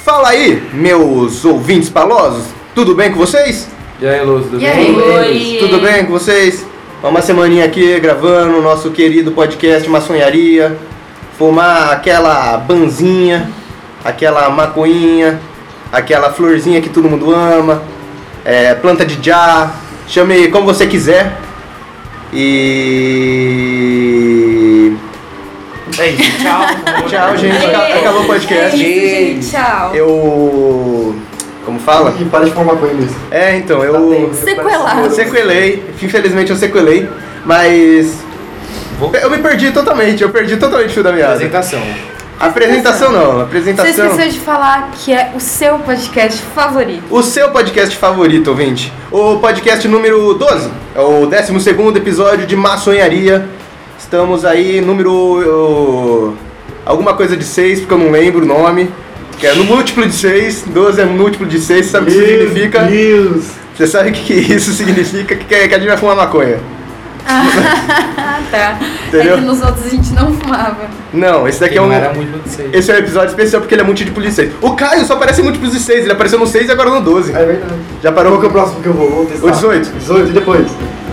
Fala aí, meus ouvintes palosos, tudo bem com vocês? E aí, Luz, tudo bem? Oi. Tudo bem com vocês? Uma semaninha aqui gravando o nosso querido podcast Maçonharia, fumar aquela banzinha, aquela maconhinha, aquela florzinha que todo mundo ama, planta de já, chame como você quiser. E... é isso, tchau. Tchau, gente, acabou o podcast. É isso, gente, tchau. Como fala? E para de fumar maconha nisso. Então, Sequelado. Sequelei, infelizmente eu sequelei, mas eu me perdi totalmente, o fio da meada. Apresentação não, Você esqueceu de falar que é o seu podcast favorito. O seu podcast favorito, ouvinte. O podcast número 12, é o 12º episódio de Maçonharia. Estamos aí, número... alguma coisa de 6, porque eu não lembro o nome. Que é no múltiplo de 6, 12 é múltiplo de 6, você sabe o que isso significa? Deus. Você sabe o que isso significa? Que a gente vai fumar maconha. Tá. Entendeu? É que nos outros a gente não fumava. Não, esse daqui é um... era múltiplo de 6. Esse é um episódio especial porque ele é múltiplo de 6. O Caio só aparece em múltiplos de 6, ele apareceu no 6 e agora no 12. É verdade. Já parou? Qual que é o próximo que eu vou testar? O 18. 18 e depois?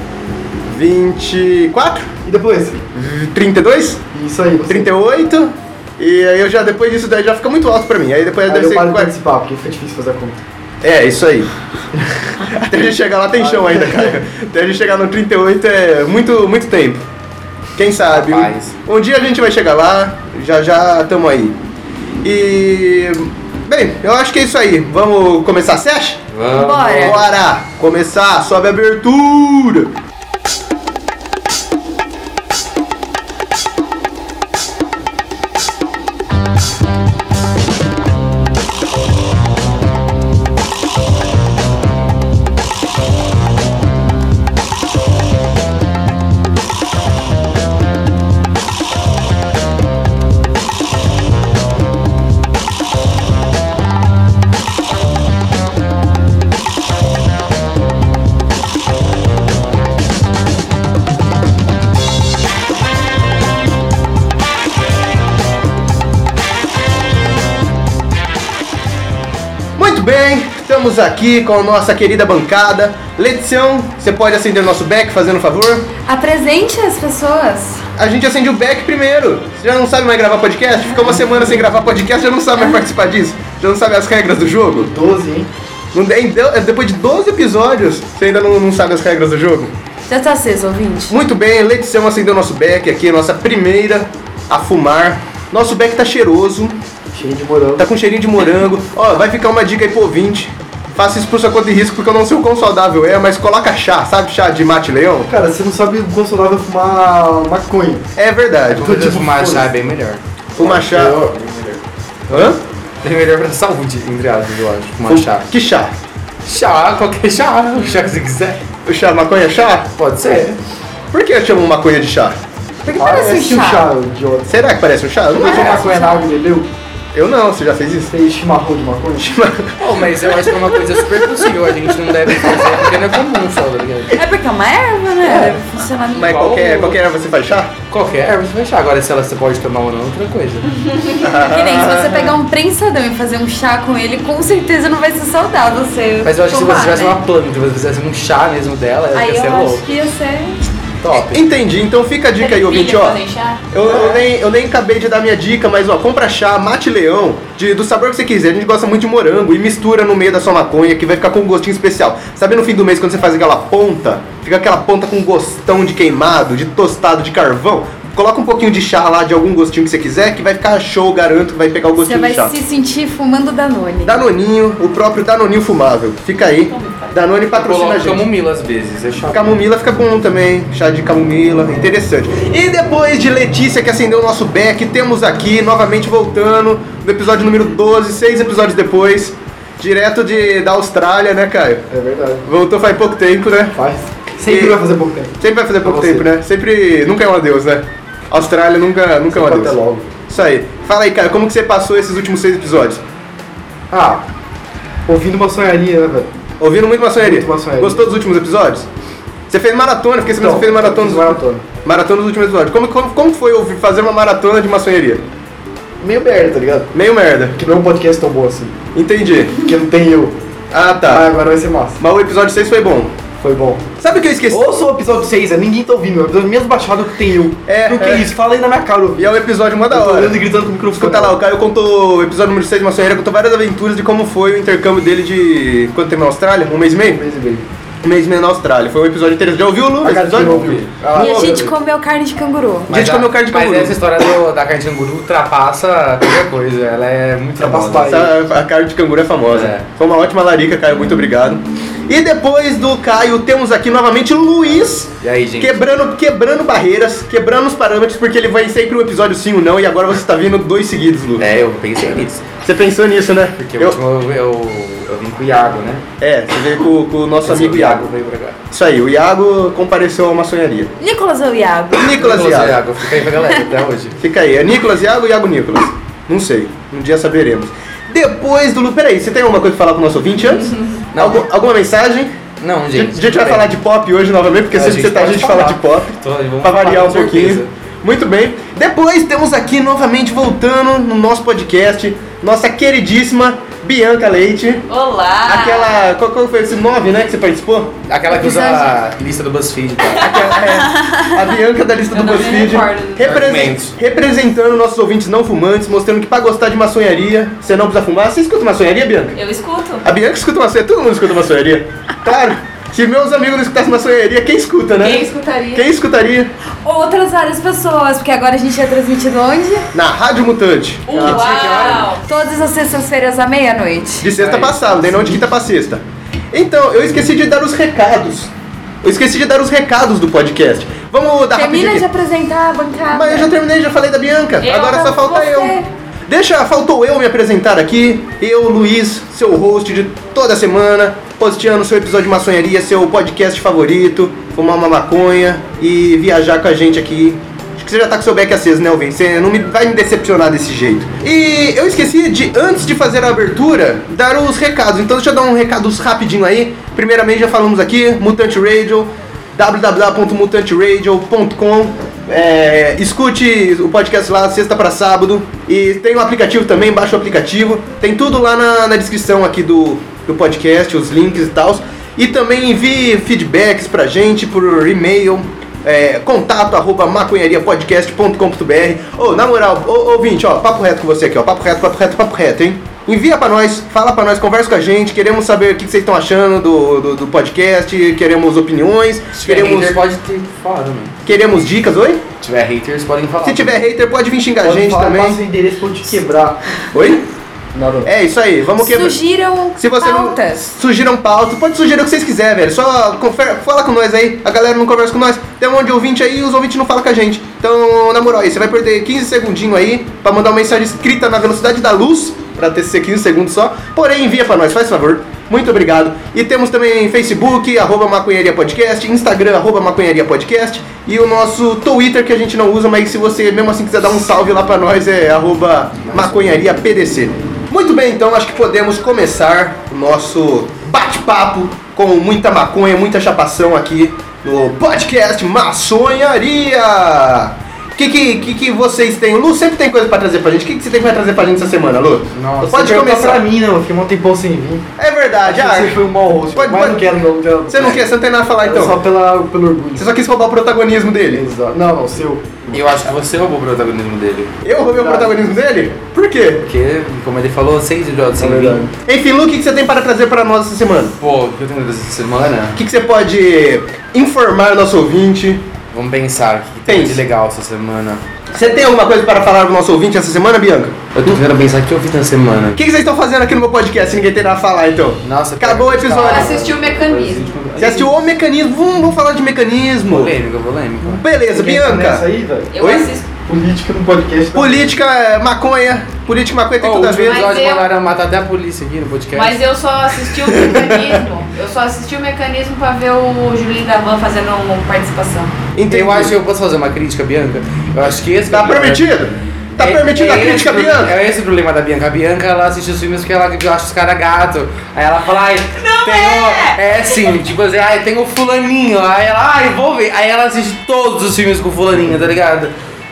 24? E depois? 32? Isso aí, você. 38? E aí eu já, depois disso daí já fica muito alto pra mim. Aí depois Aí deve eu ser... paro de participar, porque fica difícil fazer a conta. É, isso aí. Até a gente chegar lá tem chão ainda, cara. Até a gente chegar no 38 é muito tempo. Quem sabe? Rapaz. Um dia a gente vai chegar lá, já tamo aí. E... bem, eu acho que é isso aí. Vamos começar a session? Vamos. Bora. Bora! Começar, sobe a abertura! Muito bem, estamos aqui com a nossa querida bancada. Letição, você pode acender o nosso back, fazendo um favor? Apresente as pessoas. A gente acende o back primeiro. Você já não sabe mais gravar podcast? Fica uma semana sem gravar podcast, já não sabe mais participar disso? Já não sabe as regras do jogo? 12, hein? Depois de 12 episódios, você ainda não sabe as regras do jogo? Já tá aceso, ouvinte? Muito bem, Letição acendeu nosso back aqui, nossa primeira a fumar. Nosso back tá cheiroso, Cheio de morango. tá com cheirinho de morango. Ó, vai ficar uma dica aí pro ouvinte. Faça isso por sua conta e risco, porque eu não sei o quão saudável é, mas coloca chá, sabe chá de mate-leão? Cara, você não sabe o quão saudável é fumar maconha. É verdade. Quando tipo, fumar chá é foda-se. bem melhor. Fumar chá... Hã? É melhor pra saúde, entre aspas, eu acho. Fumar chá. Que chá? Chá, qualquer chá. O chá que você quiser. O chá, maconha chá? Pode ser. Por que eu chamo maconha de chá? Porque Ah, parece um esse chá. idiota. Será que parece um chá? Eu não Você sei. maconha na água e bebeu? Eu não, você já fez isso? Fez chimarrão de maconha? Oh, mas eu acho que é uma coisa super possível. A gente não deve fazer porque não é comum só, tá ligado? É porque é uma erva, né? Deve funcionar Mas Igual qualquer o- erva você faz chá? Qualquer erva você vai chá. Agora, se ela você pode tomar ou não, é outra coisa. Que nem se você pegar um prensadão e fazer um chá com ele, com certeza não vai ser saudável você Mas eu acho que se tomar, você tivesse né? uma planta, se você fizesse um chá mesmo dela, Aí ia ser eu acho louco. que ia ser... Top. Entendi, então fica a dica aí, ouvinte, ó. Fazer chá? Eu nem acabei de dar minha dica, mas ó, compra chá, mate-leão, do sabor que você quiser. A gente gosta muito de morango e mistura no meio da sua maconha, que vai ficar com um gostinho especial. Sabe no fim do mês, quando você faz aquela ponta, fica aquela ponta com gostão de queimado, de tostado de carvão? Coloca um pouquinho de chá lá, de algum gostinho que você quiser, que vai ficar show, garanto que vai pegar o Você gostinho vai de chá. se sentir fumando Danone. Danoninho, o próprio Danoninho fumável. Fica aí. Danone patrocina a Coloca gente. camomila às vezes, é chato. Camomila fica bom também, chá de camomila, interessante. E depois de Letícia que acendeu o nosso back, temos aqui, novamente voltando, no episódio número 12, 6 episódios depois, direto da Austrália, né, Caio? É verdade. Voltou faz pouco tempo, né? Faz. Sempre E- vai fazer pouco tempo. Sempre vai fazer pouco Pra você. tempo, né? Sempre, nunca é um adeus, né? Austrália nunca é um Sempre adeus. até logo. Isso aí. Fala aí, cara, como que você passou esses últimos 6 episódios? Ah, ouvindo maçonharia, né, velho? Ouvindo muito maçonharia. Muito maçonharia. Gostou dos últimos episódios? Você fez maratona, fiquei sabendo que você fez maratona fiz dos maratona. Maratona dos últimos episódios. Como foi fazer uma maratona de maçonharia? meio merda, tá ligado? Meio merda. Que não é um podcast tão bom assim. Entendi. Porque não tem eu. Ah, Ah, tá. agora vai ser massa. Mas o episódio 6 foi bom. Foi bom. Sabe o que eu esqueci? Ouça o episódio 6, ninguém tá ouvindo, é o episódio menos baixado que tem eu. É, O que é. é isso? Fala aí na minha cara, eu E é um episódio mó da tô hora. olhando e gritando com o microfone. Escuta lá, o Caio contou o episódio número 6 de Maçonharia, contou várias aventuras de como foi o intercâmbio dele de... Quanto tempo na Austrália? Um mês e meio? Mês e meio. Um mês e meio na Austrália. Foi um episódio interessante. Já ouviu, Lu? A Esse cara que não episódio? ouviu. E Ah, a gente óbvio. comeu carne de canguru. A gente comeu carne de canguru. Mas essa história da carne de canguru ultrapassa qualquer coisa. Ela é muito Ultrapassa famosa. A carne de canguru é famosa. É. Foi uma ótima larica, Caio. Muito obrigado. E depois do Caio, temos aqui novamente o Luiz. E aí, gente? Quebrando barreiras, quebrando os parâmetros, porque ele vai sempre um episódio sim ou não, e agora você está vindo 2 seguidos, Lu. É, eu pensei nisso. Você pensou nisso, né? Porque o último eu vim com o Iago, né? Você veio com o nosso amigo o Iago. veio pra cá. Isso aí, o Iago compareceu à maçonharia. Nicolas ou Iago? Nicolas Nicolas Iago. Iago, fica aí pra galera até hoje. Fica aí, é Nicolas Iago ou Iago Nicolas? Não sei, um dia saberemos. Depois do Lu, peraí, você tem alguma coisa pra falar pro nosso ouvinte antes? Não. Alguma mensagem? Não, A gente. gente vai falar de pop hoje novamente, porque sempre que você tá, a pode gente fala falar. de pop. Vamos Pra falar, variar um com certeza. pouquinho. Muito bem. Depois temos aqui novamente voltando no nosso podcast, nossa queridíssima Bianca Leite. Olá! Aquela. Qual foi esse 9, né, que você participou? Aquela que usa a lista do BuzzFeed, tá? A Bianca da lista do Eu não me BuzzFeed. recordo. Argumentos. Representando nossos ouvintes não fumantes, mostrando que pra gostar de maçonharia, você não precisa fumar. Você escuta maçonharia, Bianca? Eu escuto. A Bianca escuta maçonharia, todo mundo escuta maçonharia. Claro. Se meus amigos não escutassem maçonharia, quem escuta, né? Quem escutaria? Quem escutaria? Outras várias pessoas, porque agora a gente é transmitido onde? Na Rádio Mutante. Uau! Todas as sextas-feiras à meia-noite. De sexta Aí, pra sábado, nem não de quinta pra sexta. Então, eu esqueci de dar os recados. Eu esqueci de dar os recados do podcast. Vamos dar Termina rapidinho de aqui. apresentar a bancada. Mas eu já terminei, já falei da Bianca. Eu, Agora só falta você. eu. Faltou eu me apresentar aqui. Eu, Luiz, seu host de toda semana, posteando seu episódio de maçonharia, seu podcast favorito, fumar uma maconha e viajar com a gente aqui. Acho que você já tá com seu beck aceso, né, ouvinte? Você não vai me decepcionar desse jeito. E eu esqueci de, antes de fazer a abertura, dar os recados. Então deixa eu dar um recados rapidinho aí. Primeiramente, já falamos aqui, Mutante Radio, www.mutanteradio.com. Escute o podcast lá sexta para sábado. E tem um aplicativo também, baixa o aplicativo. Tem tudo lá na descrição aqui do podcast, os links e tal. E também envie feedbacks pra gente por e-mail. contato@maconhariapodcast.com.br. Na moral, ouvinte, papo reto com você aqui, papo reto, hein? Envia pra nós, fala pra nós, conversa com a gente, queremos saber o que vocês estão achando do podcast, queremos opiniões, Se tiver queremos, hater, pode ter falar também. queremos dicas, oi? Se tiver haters, podem falar. Se tiver hater, pode vir xingar a Pode gente falar, também. passa o endereço pra eu te quebrar. Oi? Nada. É isso aí, vamos quebrar. Sugiram Se você pautas. não sugiram pauta, pode sugerir o que vocês quiserem, velho. Só fala com nós aí. A galera não conversa com nós. Tem um monte de ouvinte aí e os ouvintes não falam com a gente. Então, na moral aí, você vai perder 15 segundinhos aí pra mandar uma mensagem escrita na velocidade da luz, pra ter 15 segundos só. Porém, envia pra nós, faz favor. Muito obrigado. E temos também Facebook, @maconhariapodcast, Instagram, @maconhariapodcast e o nosso Twitter que a gente não usa, mas se você mesmo assim quiser dar um salve lá pra nós é @maconhariapdc. Muito bem, então acho que podemos começar o nosso bate-papo com muita maconha, muita chapação aqui no podcast Maçonharia. O que vocês têm? Lu sempre tem coisa pra trazer pra gente. O que você tem pra trazer pra gente essa semana, Lu? Nossa, Pode você pergunta começar. pra mim, não. Eu fiquei um tempão sem vir. É verdade, Você foi um mau host. Pode- mas pode- não quero, não. Você não quer, você não tem nada a falar então? Só pelo orgulho. Você só quis roubar o protagonismo dele. Exato. Não, seu. Eu acho que você roubou o protagonismo dele. Eu roubei o protagonismo dele? Por quê? Porque, como ele falou, 6 episódios sem É vir. verdade. Enfim, Lu, o que você tem para trazer para nós essa semana? Pô, o que eu tenho essa semana? O que você pode informar o nosso ouvinte? Vamos pensar, o que tem Pense. de legal essa semana? Você tem alguma coisa para falar pro nosso ouvinte essa semana, Bianca? Eu tô tentando pensar o que eu fiz na semana. O que vocês estão fazendo aqui no meu podcast se ninguém tem nada a falar, então? Nossa, Acabou o episódio. Assistiu o mecanismo. Você assistiu o mecanismo? Vamos falar de mecanismo. Polêmica. Beleza, Quem tá nessa Bianca. aí, velho? Eu Oi? assisto. Política no podcast. tá? Política, maconha. Política e maconha tem Pô, tudo o a último ver. episódio Mas eu- mandaram matar até a polícia aqui no podcast. Mas eu só assisti o mecanismo. Eu só assisti o mecanismo pra ver o Julinho da Van fazendo uma participação. Entendi. Eu acho que eu posso fazer uma crítica, Bianca? Eu acho que esse... Tá permitido? Tá permitido a crítica, esse, Bianca? É esse o problema da Bianca. A Bianca, ela assiste os filmes que ela acha os caras gato. Aí ela fala, ai, é assim, tipo assim, ai, tem o fulaninho. Aí ela, ai, vou ver. Aí ela assiste todos os filmes com o fulaninho, tá ligado?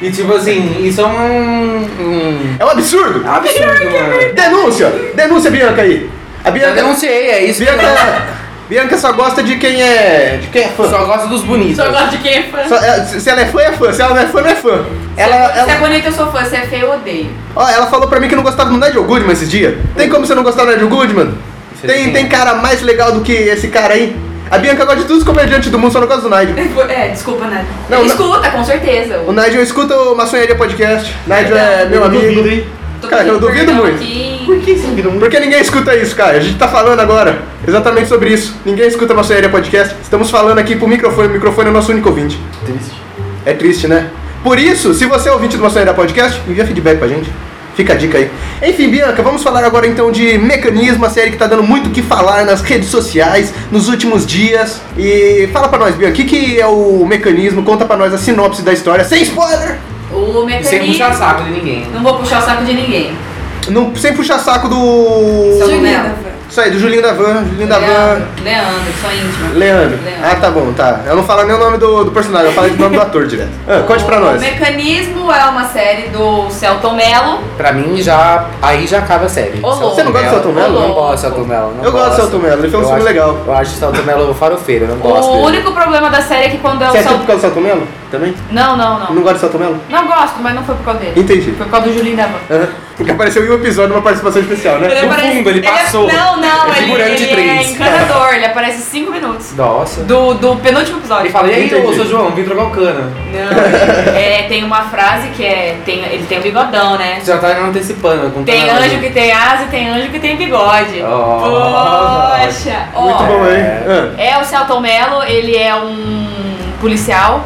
E tipo assim, isso é É um absurdo! absurdo, mano. Denúncia, Bianca aí! A Eu Bianca... denunciei, é isso. Bianca só gosta de quem é fã. Só gosto dos bonitos. Só gosto de quem é fã. Se ela é fã, é fã. Se ela não é fã, não é fã. Se é bonito, eu sou fã. Se é feio, eu odeio. Ó, ela falou pra mim que não gostava do Nigel Goodman esses dias. Tem como você não gostar do Nigel Goodman? Tem cara mais legal do que esse cara aí? A Bianca gosta de todos os comediantes do mundo, só não gosta do Nigel. Desculpa, Nigel. Não, Ele não. escuta, com certeza. O Nigel escuta o Maçonharia Podcast. Nigel é meu Eu amigo. duvido, hein? Tô Cara, eu pedindo duvido perdão muito. aqui. Por que você vira muito? Porque ninguém escuta isso, cara. A gente tá falando agora exatamente sobre isso. Ninguém escuta Maçonharia Podcast. Estamos falando aqui pro microfone. O microfone é o nosso único ouvinte. Triste. É triste, né? Por isso, se você é ouvinte do Maçonharia Podcast, envia feedback pra gente. Fica a dica aí. Enfim, Bianca, vamos falar agora então de Mecanismo, a série que tá dando muito o que falar nas redes sociais nos últimos dias. E fala pra nós, Bianca, o que é o Mecanismo? Conta pra nós a sinopse da história, sem spoiler! O E sem mecanismo... puxar saco de ninguém. Não vou puxar o saco de ninguém. Não, sem puxar saco do... Seu Juliana, Melo. velho. Isso aí, do Julinho da Van. Leandro, sou íntima. Leandro. Ah, tá bom, tá. Eu não falo nem o nome do personagem, eu falo o nome do ator direto. Conte pra nós. O Mecanismo é uma série do Celton Mello. Pra mim, aí já acaba a série. Ô, louco. Você não gosta do Celton Mello? Não gosto do Celton Mello. não Eu gosto do Celton Mello, ele fez um filme acho- legal. Eu acho o Celton Mello farofeiro, eu não gosto O dele. único problema da série é que quando é o Você assistiu por Celton... causa do Celton Mello? Também? Não. Não gosta do Celton Mello? Não gosto, mas não foi por causa dele. Entendi. Foi por causa do Julinho da Van. Aham. Porque apareceu em um episódio, uma participação especial, né? No fundo, ele passou. Não, É ele figurante é 3. encanador, ele aparece 5 minutos. Nossa. Do penúltimo episódio. Ele fala, e aí, Entendi. ô, seu João, vim trocar o cano. Não, tem uma frase que ele tem um bigodão, né? Você já tá antecipando. Contando Tem a- anjo que tem asa e tem anjo que tem bigode. Oh. Poxa! Ó, Muito bom, hein? É o Celton Mello, ele é um policial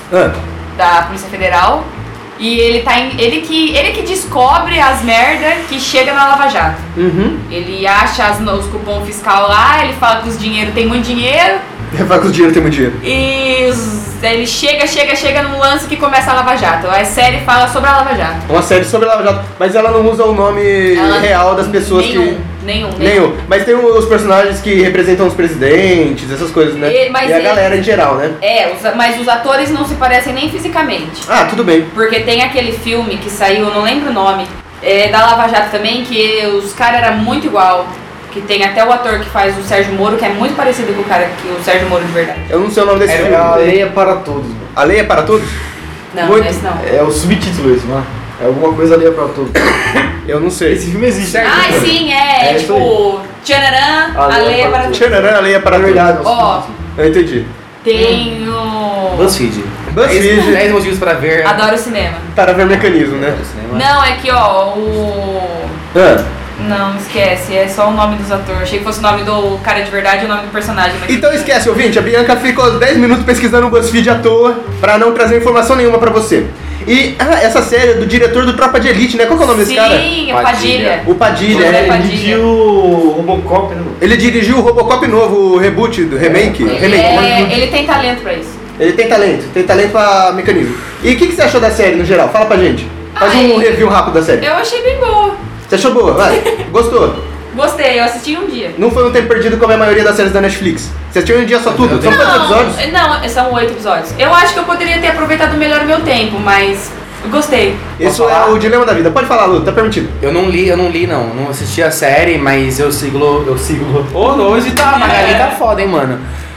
da Polícia Federal. E ele que descobre as merda que chega na Lava Jato. Uhum. Ele acha os cupom fiscal lá, ele fala que os dinheiro tem muito dinheiro. Vai com os dinheiro, tem muito dinheiro. E ele chega num lance que começa a Lava Jato. A série fala sobre a Lava Jato. Uma série sobre Lava Jato, mas ela não usa o nome real das pessoas Nenhum. Mas tem os personagens que representam os presidentes, essas coisas, né? E a galera em geral, né? Mas os atores não se parecem nem fisicamente. Ah, tudo bem. Porque tem aquele filme que saiu, eu não lembro o nome, da Lava Jato também, que os caras eram muito igual. Que tem até o ator que faz o Sérgio Moro, que é muito parecido com o cara que o Sérgio Moro de verdade. Eu não sei o nome desse É filme. a lei é para todos, mano. A Lei é para Todos? Não, Muito- esse não. É o subtítulo esse, mano. É alguma coisa ali é para todos. Eu não sei. Esse filme existe. Ah, sim, É isso tipo, Tchanarã, a lei é para todos. Tchanarã, A Lei é para É Todos. verdade. Ó, Eu entendi. tem o... BuzzFeed. BuzzFeed. 10 motivos pra ver. Adoro cinema. Para ver mecanismo, né? Cinema. Não, é que ó, o... Não, esquece, é só o nome dos atores. Achei que fosse o nome do cara de verdade e o nome do personagem. Mas Então esquece, ouvinte, a Bianca ficou 10 minutos pesquisando o BuzzFeed à toa pra não trazer informação nenhuma pra você. E essa série é do diretor do Tropa de Elite, né? Qual que é o nome desse cara? Sim, é Padilha. O Padilha. José É. Padilha. Ele dirigiu o Robocop, né? Ele dirigiu o Robocop novo, o reboot, do remake. Ele tem talento pra isso. Ele tem talento pra mecanismo. E o que você achou da série no geral? Fala pra gente. Faz um review rápido da série. Eu achei bem boa. Você achou boa? Vai. Gostou? Gostei, eu assisti em um dia. Não foi um tempo perdido como é a maioria das séries da Netflix. Você assistiu em um dia só tudo? São quantos episódios? Não, são 8 episódios. Eu acho que eu poderia ter aproveitado melhor o meu tempo, mas eu gostei. Isso Posso é falar? o dilema da vida. Pode falar, Lu, tá permitido. Eu não li, não assisti a série, mas eu sigo. Hoje tá, a Magali tá foda, hein, mano.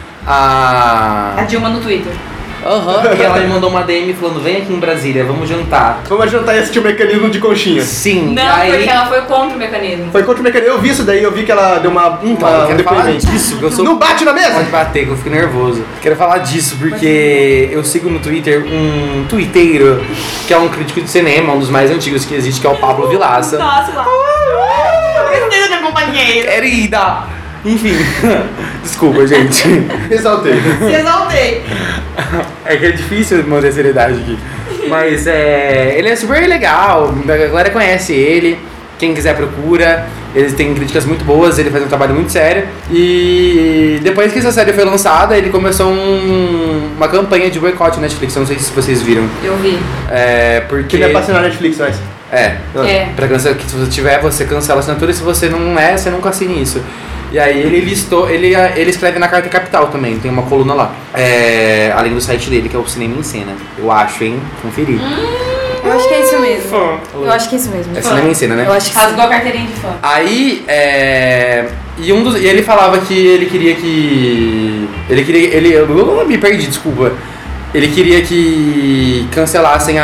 A Dilma no Twitter. E ela me mandou uma DM falando, vem aqui em Brasília, vamos jantar. Vamos jantar e assistir o mecanismo de conchinha. Sim, Não, aí... porque ela foi contra o mecanismo. Foi contra o mecanismo. Eu vi isso daí, eu vi que ela deu Então, eu quero falar depoimento. disso, que eu sou... Não bate na Pode mesa! bater, que eu fico nervoso. Quero falar disso porque eu sigo no Twitter um twitteiro que é um crítico de cinema, um dos mais antigos que existe, que é o Pablo Vilaça. Nossa, lá. Tristeza de companheiro. Querida! Enfim, desculpa, gente. Exaltei. Se exaltei. É que é difícil manter a seriedade aqui. Mas ele é super legal, a galera conhece ele, quem quiser procura. Eles têm críticas muito boas, ele faz um trabalho muito sério. E depois que essa série foi lançada, ele começou uma campanha de boicote na Netflix, eu não sei se vocês viram. Eu vi. Porque... Que não é pra assinar Netflix, mas... É. É. Pra cancelar, que se você tiver, você cancela a assinatura, e se você não é, você nunca assine isso. E aí ele listou, ele escreve na Carta Capital também, tem uma coluna lá. Além do site dele, que é o Cinema em Cena. Eu acho, hein? Conferir. Eu acho que é isso mesmo. Eu acho que é isso mesmo. É Cinema em Cena, né? Eu acho que sim. Rasgou a carteirinha de fã. Aí, e ele falava que ele queria que... Eu me perdi, desculpa. Ele queria que boicotassem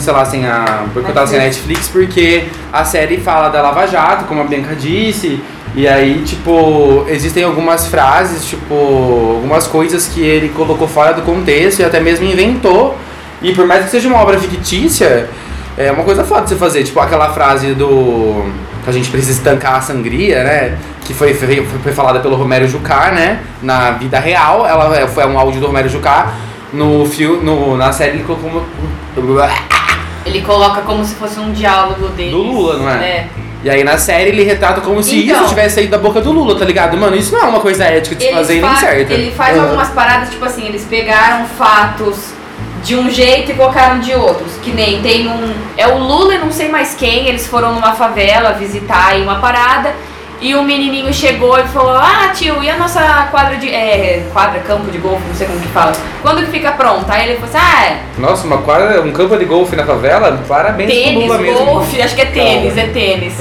a Netflix porque a série fala da Lava Jato, como a Bianca disse, e aí, tipo, existem algumas frases, tipo, algumas coisas que ele colocou fora do contexto e até mesmo inventou, e por mais que seja uma obra fictícia, é uma coisa foda de você fazer, tipo, aquela frase do... que a gente precisa estancar a sangria, né? Que foi falada pelo Romero Jucá, né? Na vida real, ela foi um áudio do Romero Jucá. Na série ele colocou Ele coloca como se fosse um diálogo dele. do Lula, não é? É. E aí na série ele retrata como se Então, isso tivesse saído da boca do Lula, tá ligado? Mano, isso não é uma coisa ética de se fazer e nem certa. Ele faz algumas paradas, tipo assim, eles pegaram fatos de um jeito e colocaram de outros. Que nem tem é o Lula e não sei mais quem, eles foram numa favela visitar aí uma parada. E o menininho chegou e falou: ah, tio, e a nossa campo de golfe, não sei como que fala. Quando que fica pronta? Aí ele falou assim: Nossa, um campo de golfe na favela? Parabéns pro tênis, Lula mesmo. golfe, acho que é tênis, é tênis.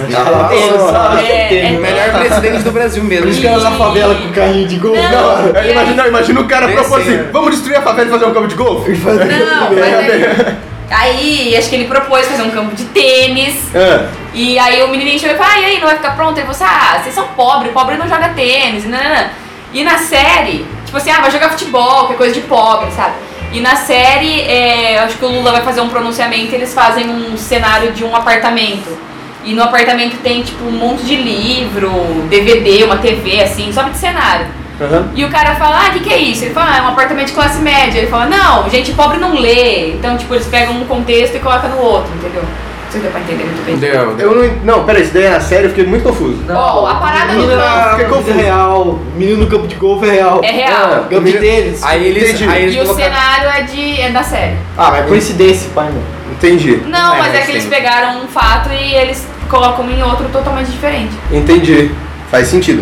O melhor presidente do Brasil mesmo. Os caras na favela com carrinho de golfe. Imagina o cara propor assim, vamos destruir a favela e fazer um campo de golfe? Não, mas aí acho que ele propôs fazer um campo de tênis. E aí o menininho chegou e falou: e aí, não vai ficar pronto? Ele falou assim: vocês são pobres, pobre não joga tênis, E na série, tipo assim, vai jogar futebol, que é coisa de pobre, sabe? E na série, acho que o Lula vai fazer um pronunciamento e eles fazem um cenário de um apartamento. E no apartamento tem, tipo, um monte de livro, DVD, uma TV, assim, só de cenário. E o cara fala: o que é isso? Ele fala: é um apartamento de classe média. Ele fala: não, gente pobre não lê. Então, tipo, eles pegam um contexto e colocam no outro, entendeu? Não sei se deu pra entender muito bem. Não, peraí, isso daí é na série, eu fiquei muito confuso. Ó, a parada do Fiquei confuso. É real. Menino no campo de golfe é real. É real. Campo de tênis. Aí eles E o colocaram... cenário é da série. Mas coincidência, pai, mano. Entendi. Não, mas é mas que eles tem. pegaram um fato e eles colocam em outro totalmente diferente. Entendi. Faz sentido.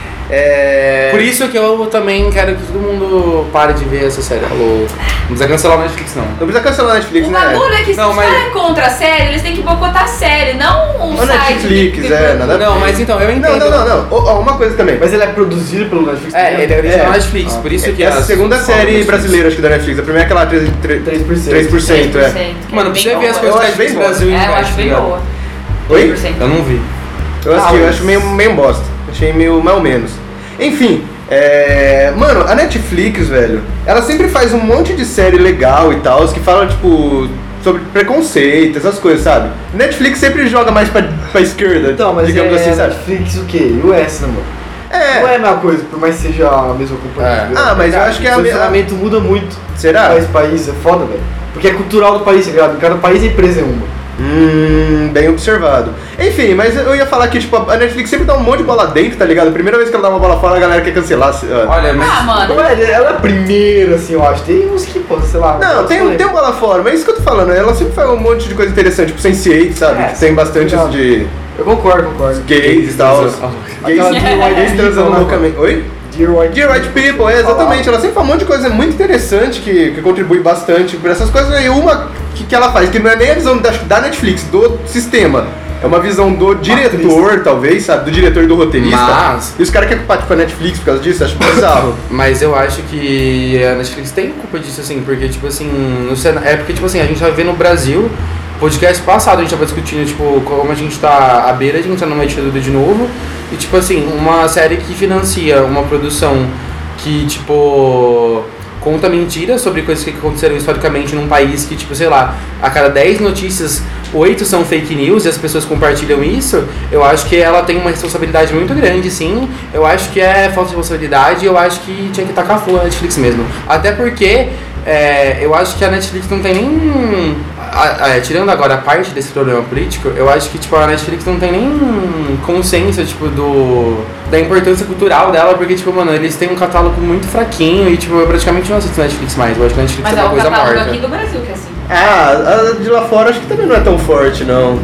Por isso que eu também quero que todo mundo pare de ver essa série. Falou. Não precisa cancelar o Netflix, não. Não precisa cancelar a Netflix, O né? bagulho é que se Não, os mas- caras encontram a série, eles têm que boicotar a série, não um O site. Netflix, que- nada a Não, ver. mas então, eu entendo. Não. Ó, uma coisa também. Mas ele é produzido pelo Netflix? Ele é original É. Netflix, por isso que Essa as- segunda as- série as- brasileira, acho que da Netflix. A primeira é aquela 3%, 3% é. que é Mano, pra bem você ver as boa. coisas Eu que a acho bem Netflix boa. Brasil Eu investe, acho bem ligado? boa. Oi? 3%. Eu não vi. Eu acho meio bosta. Achei meio mais ou menos. Enfim, mano, a Netflix, velho, ela sempre faz um monte de série legal e tal, que fala, tipo, sobre preconceito, essas coisas, sabe? Netflix sempre joga mais pra esquerda, Então, mas digamos assim, sabe? Netflix o quê? US, né, mano? Não é a mesma coisa, por mais que seja a mesma companhia. Mas eu acho que é a O mesma... posicionamento muda muito. Será? País, país, é foda, velho. Porque é cultural do país, tá ligado? Cada país a empresa é uma. Bem observado. Enfim, mas eu ia falar que, tipo, a Netflix sempre dá um monte de bola dentro, tá ligado? A primeira vez que ela dá uma bola fora, a galera quer cancelar. Olha, mas... Mano. Não é, ela é a primeira, assim, eu acho. Tem uns que, pô, sei lá. Não, tem um bola fora, mas é isso que eu tô falando, ela sempre faz um monte de coisa interessante, tipo Sense8, sabe? É, que tem bastante legal. isso de Eu concordo. gays e tal. Aquela Gays Dear White gays transando People, né, loucamente. Oi? Dear White Dear White People, exatamente. Ela sempre faz um monte de coisa muito interessante que contribui bastante por essas coisas. E uma que ela faz, que não é nem a visão da Netflix, do sistema. É uma visão do diretor, talvez, sabe? Do diretor e do roteirista. Mas- E os caras querem culpar, tipo, a Netflix por causa disso, acho bizarro. Mas eu acho que a Netflix tem culpa disso, assim, porque, tipo assim, porque, tipo assim, a gente vai ver no Brasil, podcast passado a gente tava discutindo, tipo, como a gente tá à beira de entrar numa ditadura de novo, e, tipo assim, uma série que financia uma produção que, tipo, conta mentiras sobre coisas que aconteceram historicamente num país que, tipo, sei lá, a cada 10 notícias, 8 são fake news e as pessoas compartilham isso. Eu acho que ela tem uma responsabilidade muito grande, sim. Eu acho que é falta de responsabilidade e eu acho que tinha que tacar fogo na Netflix mesmo. Até porque eu acho que a Netflix não tem nem... tirando agora a parte desse problema político, eu acho que, tipo, a Netflix não tem nem consciência, tipo, da importância cultural dela, porque, tipo, mano, eles têm um catálogo muito fraquinho e, tipo, eu praticamente não assisto Netflix mais. Eu acho que a Netflix Mas é é uma o coisa catálogo morta. aqui do Brasil que é assim. A de lá fora acho que também não é tão forte, não.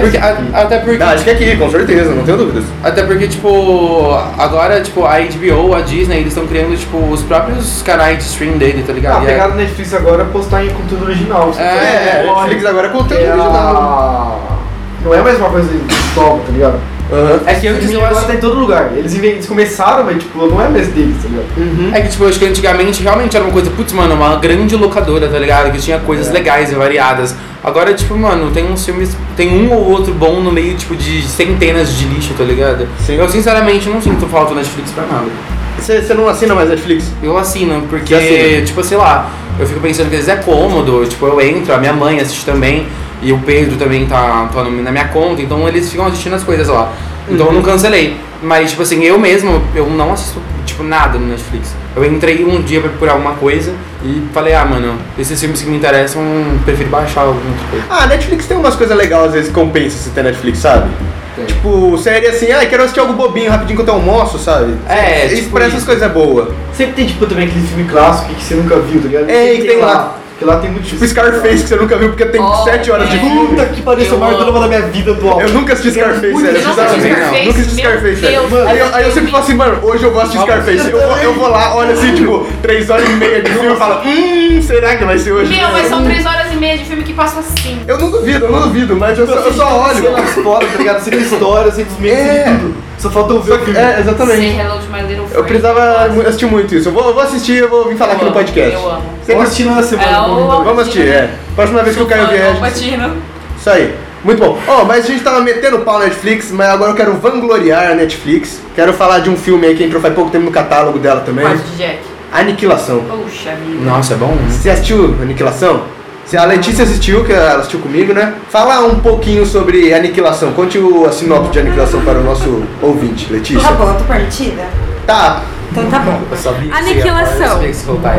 Até porque... Acho que é aqui, com certeza, não tenho dúvidas. Até porque, tipo, agora, tipo, a HBO, a Disney, eles estão criando, tipo, os próprios canais de stream dele, tá ligado? A pegada do Netflix agora é postar em conteúdo original. Netflix agora é conteúdo original. Não é mais uma coisa de top, tá ligado? É que antes eu acho que tá em todo lugar. Eles começaram, mas tipo, não é mais deles, tá ligado? É que tipo, eu acho que antigamente realmente era uma coisa, putz, mano, uma grande locadora, tá ligado? Que tinha coisas legais e variadas. Agora, tipo, mano, tem uns filmes, tem um ou outro bom no meio, tipo, de centenas de lixo, tá ligado? Sim. Eu sinceramente não sinto falta do Netflix pra nada. Você não assina mais Netflix? Eu assino, porque, tipo, sei lá, eu fico pensando que às vezes é cômodo, tipo, eu entro, a minha mãe assiste também. E o Pedro também tá na minha conta, então eles ficam assistindo as coisas lá. Então eu não cancelei. Mas, tipo assim, eu mesmo, eu não assisto, tipo, nada no Netflix. Eu entrei um dia pra procurar alguma coisa e falei, mano, esses filmes que me interessam, prefiro baixar alguma coisa. A Netflix tem umas coisas legais, às vezes, que compensa você ter Netflix, sabe? Tem. Tipo, série assim, quero assistir algo bobinho, rapidinho enquanto eu almoço, sabe? Tipo pra essas coisas é boa. Sempre tem, tipo, também aquele filme clássico que você nunca viu, tá ligado? Que tem lá. Porque lá tem muito tipo Scarface que você nunca viu porque tem 7 horas de filme. Puta que pariu, esse é o maior drama da minha vida atual. Eu nunca assisti Scarface, sério. Nunca assisti Scarface, sério. Aí eu sempre falo assim, mano, hoje eu vou assistir Scarface. Eu vou lá, olha assim, tipo, 3 horas e meia de filme e falo, será que vai ser hoje? Meu, mas são 3 horas e meia de filme que passam assim. Eu não duvido, mas eu só olho. Sei lá fora, tá ligado? Sei da história, sei dos meios, sei de tudo. Só falta eu ver o filme. Exatamente. Say Hello to My Little Friend. Eu precisava assistir muito isso. Eu vou assistir, eu vou vir falar aqui no podcast. Eu amo. Vamos assistir na semana. Vamos assistir, Próxima vez que eu caio viagem. Isso aí. Muito bom. Mas a gente tava metendo pau na Netflix, mas agora eu quero vangloriar a Netflix. Quero falar de um filme aí que entrou faz pouco tempo no catálogo dela também. Quase de Jack. Aniquilação. Puxa vida. Nossa, é bom? Você assistiu Aniquilação? A Letícia assistiu, que ela assistiu comigo, né? Fala um pouquinho sobre Aniquilação. Conte a sinopse de Aniquilação para o nosso ouvinte, Letícia. Tá bom, tô partida? Tá. Então tá bom. Eu sabia que Aniquilação. Eu sabia que se voltar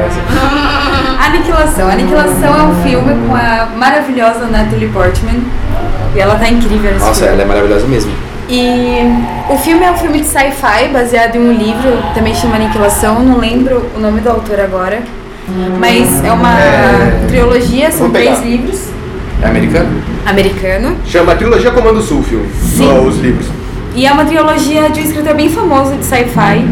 essa. Aniquilação é um filme com a maravilhosa Natalie Portman. E ela tá incrível nesse Nossa, filme. ela é maravilhosa mesmo. E o filme é um filme de sci-fi baseado em um livro, também chama Aniquilação, não lembro o nome do autor agora. Mas é uma trilogia, são 3 livros. É americano? Americano. Chama Trilogia Comando Sul, filme. Sim. Os livros. E é uma trilogia de um escritor bem famoso de sci-fi.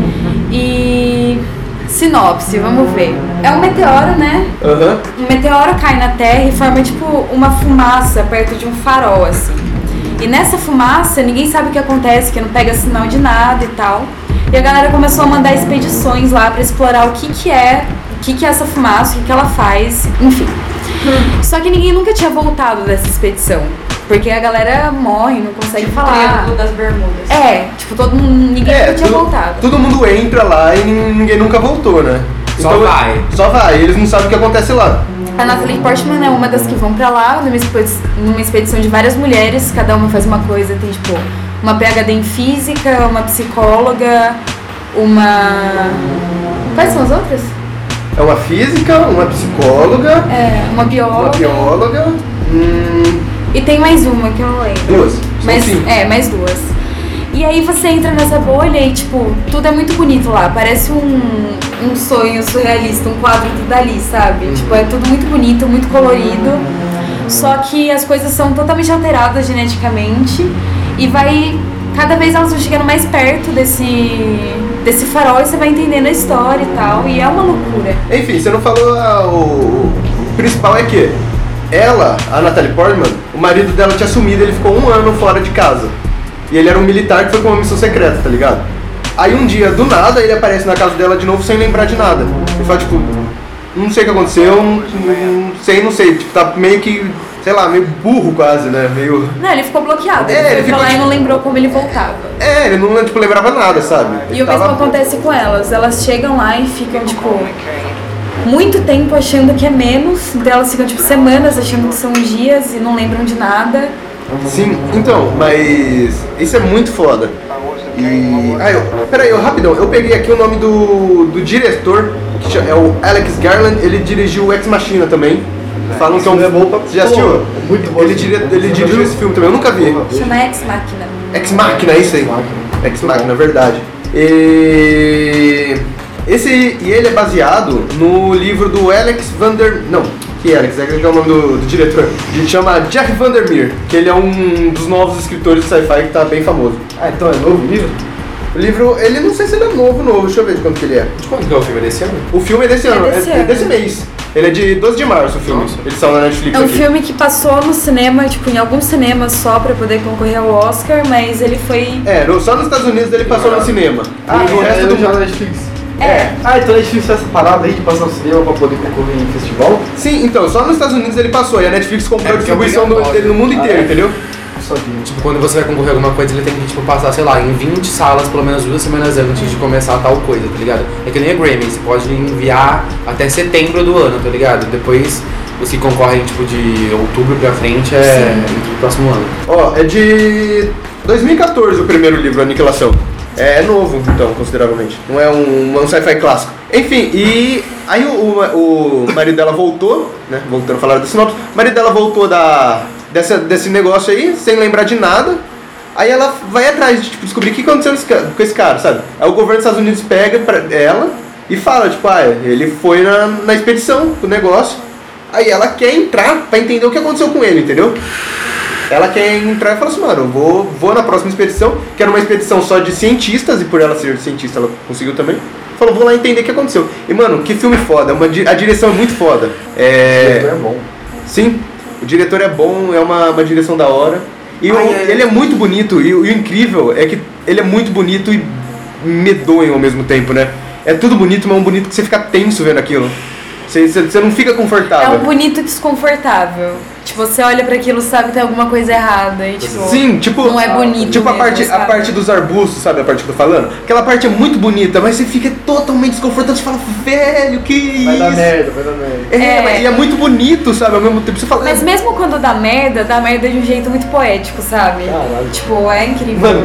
E sinopse, vamos ver. É um meteoro, né? Um meteoro cai na Terra e forma tipo uma fumaça perto de um farol, assim. E nessa fumaça ninguém sabe o que acontece, que não pega sinal de nada e tal. E a galera começou a mandar expedições lá pra explorar o que é essa fumaça, o que ela faz, enfim. Só que ninguém nunca tinha voltado dessa expedição. Porque a galera morre, não consegue falar. Triângulo das Bermudas. Tipo, ninguém nunca tinha voltado. Todo mundo entra lá e ninguém nunca voltou, né? Só vai, eles não sabem o que acontece lá. A Natalie Portman é uma das que vão pra lá, numa expedição de várias mulheres, cada uma faz uma coisa, tem tipo uma PhD em física, uma psicóloga, Quais são as outras? É uma física, uma psicóloga. Uma bióloga. Uma bióloga. E tem mais uma que eu não lembro. 2. Mais 2. E aí você entra nessa bolha e, tipo, tudo é muito bonito lá. Parece um sonho surrealista, um quadro tudo ali, sabe? Tipo, é tudo muito bonito, muito colorido. Só que as coisas são totalmente alteradas geneticamente. E cada vez elas vão chegando mais perto desse farol e você vai entendendo a história e tal. E é uma loucura. Enfim, você não falou o principal é que ela, a Natalie Portman, o marido dela tinha sumido, ele ficou 1 ano fora de casa. E ele era um militar que foi com uma missão secreta, tá ligado? Aí um dia, do nada, ele aparece na casa dela de novo sem lembrar de nada. Ele fala, tipo, não sei o que aconteceu, não sei, tipo, tá meio que, sei lá, meio burro quase, né? Não, ele ficou bloqueado, ele ficou lá e não lembrou como ele voltava. Ele não, tipo, lembrava nada, sabe? E o mesmo acontece com elas chegam lá e ficam, tipo, muito tempo achando que é menos, então elas ficam, tipo, semanas achando que são dias e não lembram de nada. Sim, então, mas isso é muito foda. Peraí, rapidão, eu peguei aqui o nome do diretor, que é o Alex Garland, ele dirigiu o Ex Machina também. Falam que é um bom. Você já assistiu? Muito bom. Ele dirigiu esse filme também, eu nunca vi. Chama Ex Machina. Ex Machina, isso aí. Ex Machina, verdade. E ele é baseado no livro do Alex Que é Alex, é o nome do diretor. Ele chama Jack Vandermeer, que ele é um dos novos escritores de sci-fi que tá bem famoso. Ah, então é novo o livro? O livro, ele não sei se ele é novo, deixa eu ver de quanto que ele é. De quando que é o filme desse ano? O filme é desse ano, é desse mês. Ele é de 12 de março o filme. Nossa. Ele saiu na Netflix É um aqui. filme que passou no cinema, tipo, em alguns cinemas só pra poder concorrer ao Oscar, mas ele foi... Só nos Estados Unidos ele passou no cinema. Ah, E no resto do já mundo. na Netflix. É. Ah, então a Netflix fez essa parada aí de passar no cinema pra poder concorrer em festival? Sim, então, só nos Estados Unidos ele passou e a Netflix comprou a porque é distribuição obrigatório. dele no mundo inteiro, é? entendeu? Sabia. Tipo, quando você vai concorrer a alguma coisa, ele tem que tipo, passar, sei lá, em 20 salas, pelo menos 2 semanas antes de começar tal coisa, tá ligado? É que nem a Grammy, você pode enviar até setembro do ano, tá ligado? Depois, os que concorrem, tipo, de outubro pra frente é entre o próximo ano. Ó, é de 2014 o primeiro livro, Aniquilação. É novo, então, consideravelmente. Não é um sci-fi clássico. Enfim, e aí o marido dela voltou, né? Voltando a falar da sinopse. O marido dela voltou desse negócio aí, sem lembrar de nada. Aí ela vai atrás de tipo, descobrir o que aconteceu com esse cara, sabe? Aí o governo dos Estados Unidos pega pra ela e fala, tipo, ele foi na expedição do negócio. Aí ela quer entrar pra entender o que aconteceu com ele, entendeu? Ela quer entrar e fala assim, mano, eu vou na próxima expedição, que era uma expedição só de cientistas, e por ela ser cientista ela conseguiu também. Falou, vou lá entender o que aconteceu. E, mano, que filme foda, a direção é muito foda. É bom. Sim, o diretor é bom, é uma direção da hora. E ele é muito bonito, e o incrível é que ele é muito bonito e medonho ao mesmo tempo, né? É tudo bonito, mas é um bonito que você fica tenso vendo aquilo. Você não fica confortável. É um bonito desconfortável. Tipo, você olha pra aquilo e sabe que tem alguma coisa errada. E, tipo, sim, tipo, não é bonito. Tipo mesmo, a parte dos arbustos, sabe a parte que eu tô falando? Aquela parte é muito bonita, mas você fica totalmente desconfortável. Você fala, velho, que isso? Vai dar merda. E é muito bonito, sabe? Ao mesmo tempo você fala. Mas mesmo quando dá merda de um jeito muito poético, sabe? Caralho. Tipo, é incrível. Mano,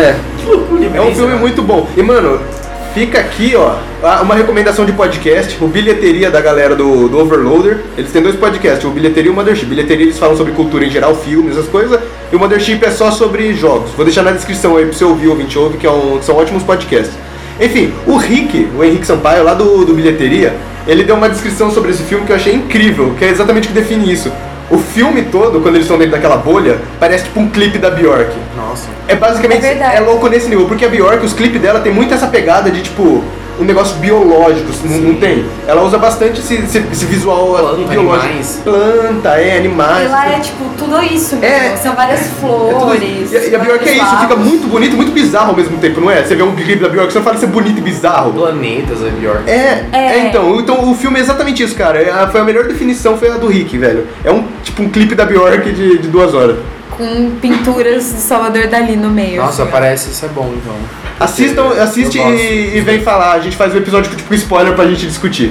é um filme muito bom. E, mano, fica aqui, ó, uma recomendação de podcast, o Bilheteria da galera do Overloader. Eles têm 2 podcasts, o Bilheteria e o Mothership. Bilheteria eles falam sobre cultura em geral, filmes, essas coisas, e o Mothership é só sobre jogos. Vou deixar na descrição aí pra você ouvir, ouvinte ouve, que são ótimos podcasts. Enfim, o Henrique Sampaio, lá do Bilheteria, ele deu uma descrição sobre esse filme que eu achei incrível, que é exatamente o que define isso. O filme todo, quando eles estão dentro daquela bolha, parece tipo um clipe da Bjork. Nossa. É basicamente, verdade. é louco nesse nível, porque a Bjork, os clipes dela tem muito essa pegada de tipo, um negócio biológico, não tem? Ela usa bastante esse visual Planta, biológico. animais. Planta, animais. E lá é tipo tudo isso mesmo. É. São várias É tudo flores. isso. E a Bjork é isso, fica muito bonito, muito bizarro ao mesmo tempo, não é? Você vê um clipe da Bjork, você não fala que isso é bonito e bizarro. Planetas é pior. Então o filme é exatamente isso, cara. Foi a melhor definição, foi a do Rick, velho. É tipo um clipe da Bjork de 2 horas. Com pinturas de Salvador Dali no meio. Nossa, assim, ó. parece isso é bom, então. Assiste Eu gosto. e vem falar. A gente faz um episódio tipo spoiler pra gente discutir.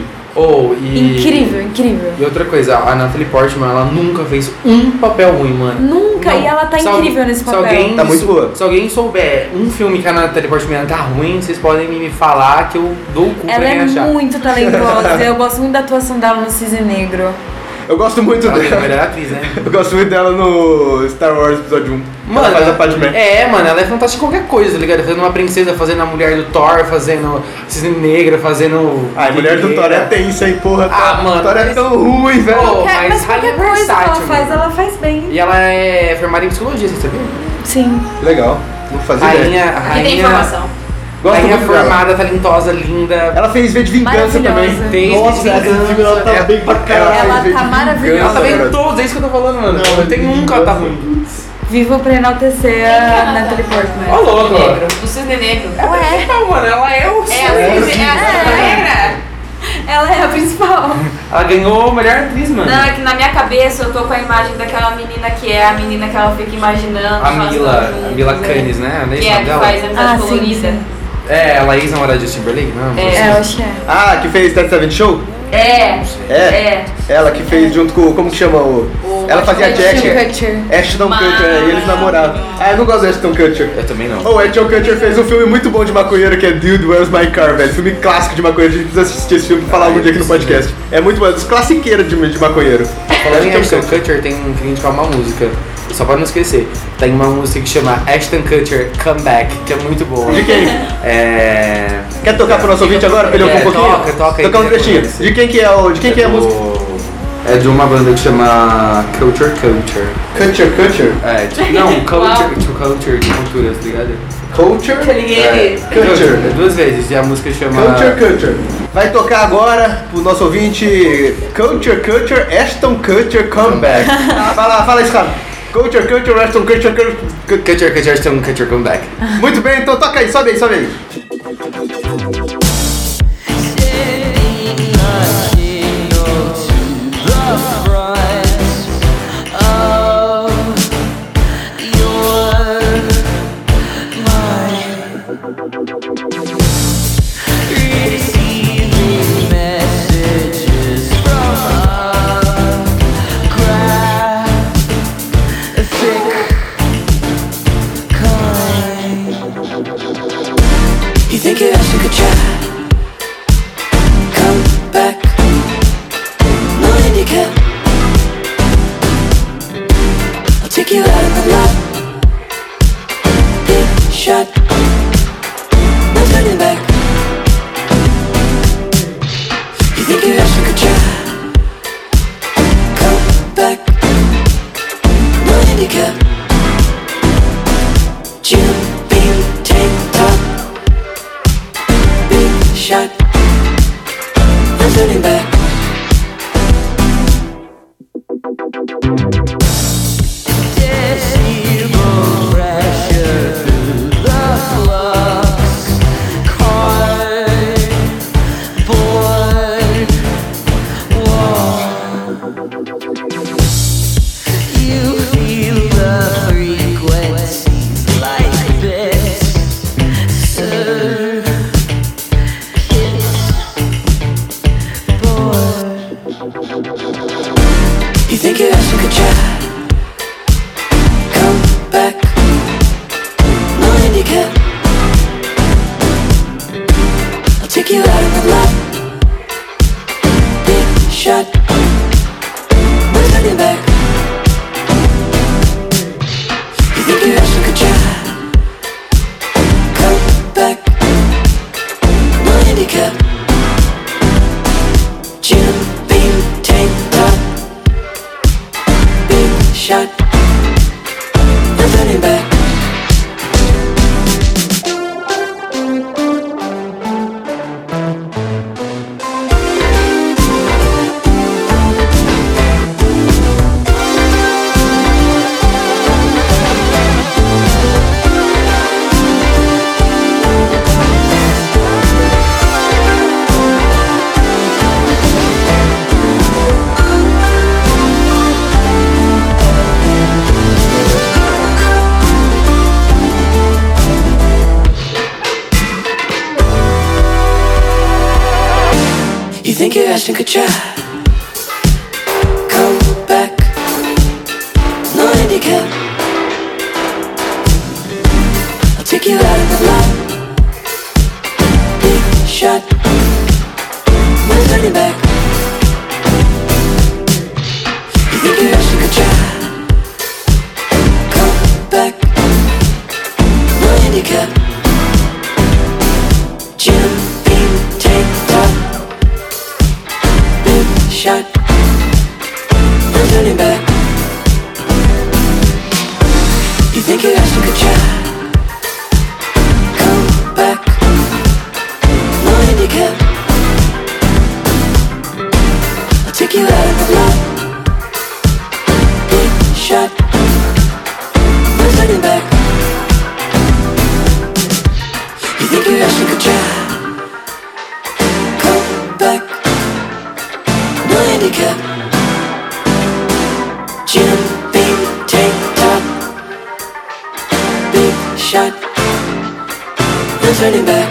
Incrível. E outra coisa, a Natalie Portman, ela nunca fez um papel ruim, mano. Nunca, Não. e ela tá incrível nesse papel. Tá muito boa. Se alguém souber um filme que a Natalie Portman tá ruim, vocês podem me falar que eu dou o cu Ela pra quem é achar. muito talentosa. Eu gosto muito da atuação dela no Cisne Negro. Eu gosto muito Ela é a melhor dela. atriz, né? Eu gosto muito dela no Star Wars Episódio 1. Mano, ela faz a Padmé. mano, ela é fantástica em qualquer coisa, tá ligado? Fazendo uma princesa, fazendo a mulher do Thor, fazendo Cisne Negra, fazendo... A mulher do Thor é tensa, hein, porra. Mano, Thor é mas- tão ruim, velho. Pô, Mas mas qualquer ela é coisa que ela versátil, faz, mano. ela faz bem. E ela é formada em psicologia, você sabia? Sim. Legal. Não fazia ideia. Aqui tem informação. Gosto Rainha muito dela. formada, talentosa, linda. Ela fez V de Vingança também. Maravilhosa. Fez Nossa, essa filme ela tá bem pra caralho. Ela fez tá V de maravilhosa. Ela tá bem em garoto. todos, é isso que eu tô falando, mano. Não tem um que ela tá ruim. Vivo pra enaltecer a Natalie Ó, Portman. louco, ó. Negro. O cisne negro. Ué, Não, mano, ela é o É a cisne negra. ela é a principal. Ela ganhou a melhor atriz, mano. Não, é que na minha cabeça eu tô com a imagem daquela menina que é a menina que ela fica imaginando. A faz Mila, tudo a Mila juntos, Kunis, né? Não é Que isso é o a nome que dela? faz a amizade colorida. É, ela é ex-namorada de Justin Timberlake, não? É, eu acho que é. Ah, que fez Ted 7 Show? É. Ela que fez junto com. Como que chama o. Ela fazia Ashton Jack. Kutcher. Ashton Kutcher, e eles namoravam. Ah, eu não gosto de Ashton Kutcher. Eu também não. O Ashton Kutcher fez um filme muito bom de maconheiro que é Dude, Where's My Car, velho. Filme clássico de maconheiro. A gente precisa assistir esse filme pra falar algum dia aqui no podcast. É muito bom, é dos classiqueiros de maconheiro. Falando em Ashton Ashton Kutcher, tem que indicar uma música. Só pra não esquecer. Tem uma música que chama Ashton Kutcher Come Back, que é muito boa. De quem? É... Quer tocar pro nosso ouvinte agora, pra ele ouvir um pouquinho? Toca aí. Tocar um trechinho. De quem que é a música? É de uma banda que chama Culture. Culture? É, tipo, não, Culture, tipo Culture de cultura, tá ligado? Culture? Culture. É 2 vezes, e a música chama... Culture. Vai tocar agora pro nosso ouvinte Culture, Ashton Kutcher Comeback. Fala isso, cara. Culture, Ashton Kutcher, Culture, Ashton Kutcher Comeback. Muito bem, então toca aí, sobe aí. You think you actually could try? Come back, no handicap. I'll take you out of the lot. Big shot, no turning back. You think you actually could try? Come back, no handicap. Jim Beam tank top. Shot, no turning back. Decibel pressure through the flux, cardboard wall. You feel the frequencies like this, sir. You think you actually could try? Come back, no handicap. I'll take you out of the lot. Big shot, no turning back. You think you actually could try? Come back, no handicap. Jim Beam tank top. Shot, no turning back. You think you actually could try? Come back, no handicap. I'll take you out of the lot. Big shot, no turning back. You think you actually could try? Come back, no handicap. Jim Beam tank top. Shot, no turning back. You think you actually could try? Come back, no handicap. I'll take you out of the lot. Big shot, no turning back. You think you actually could try? Come back, no handicap. Jim Beam tank top. Big shot, no turning back.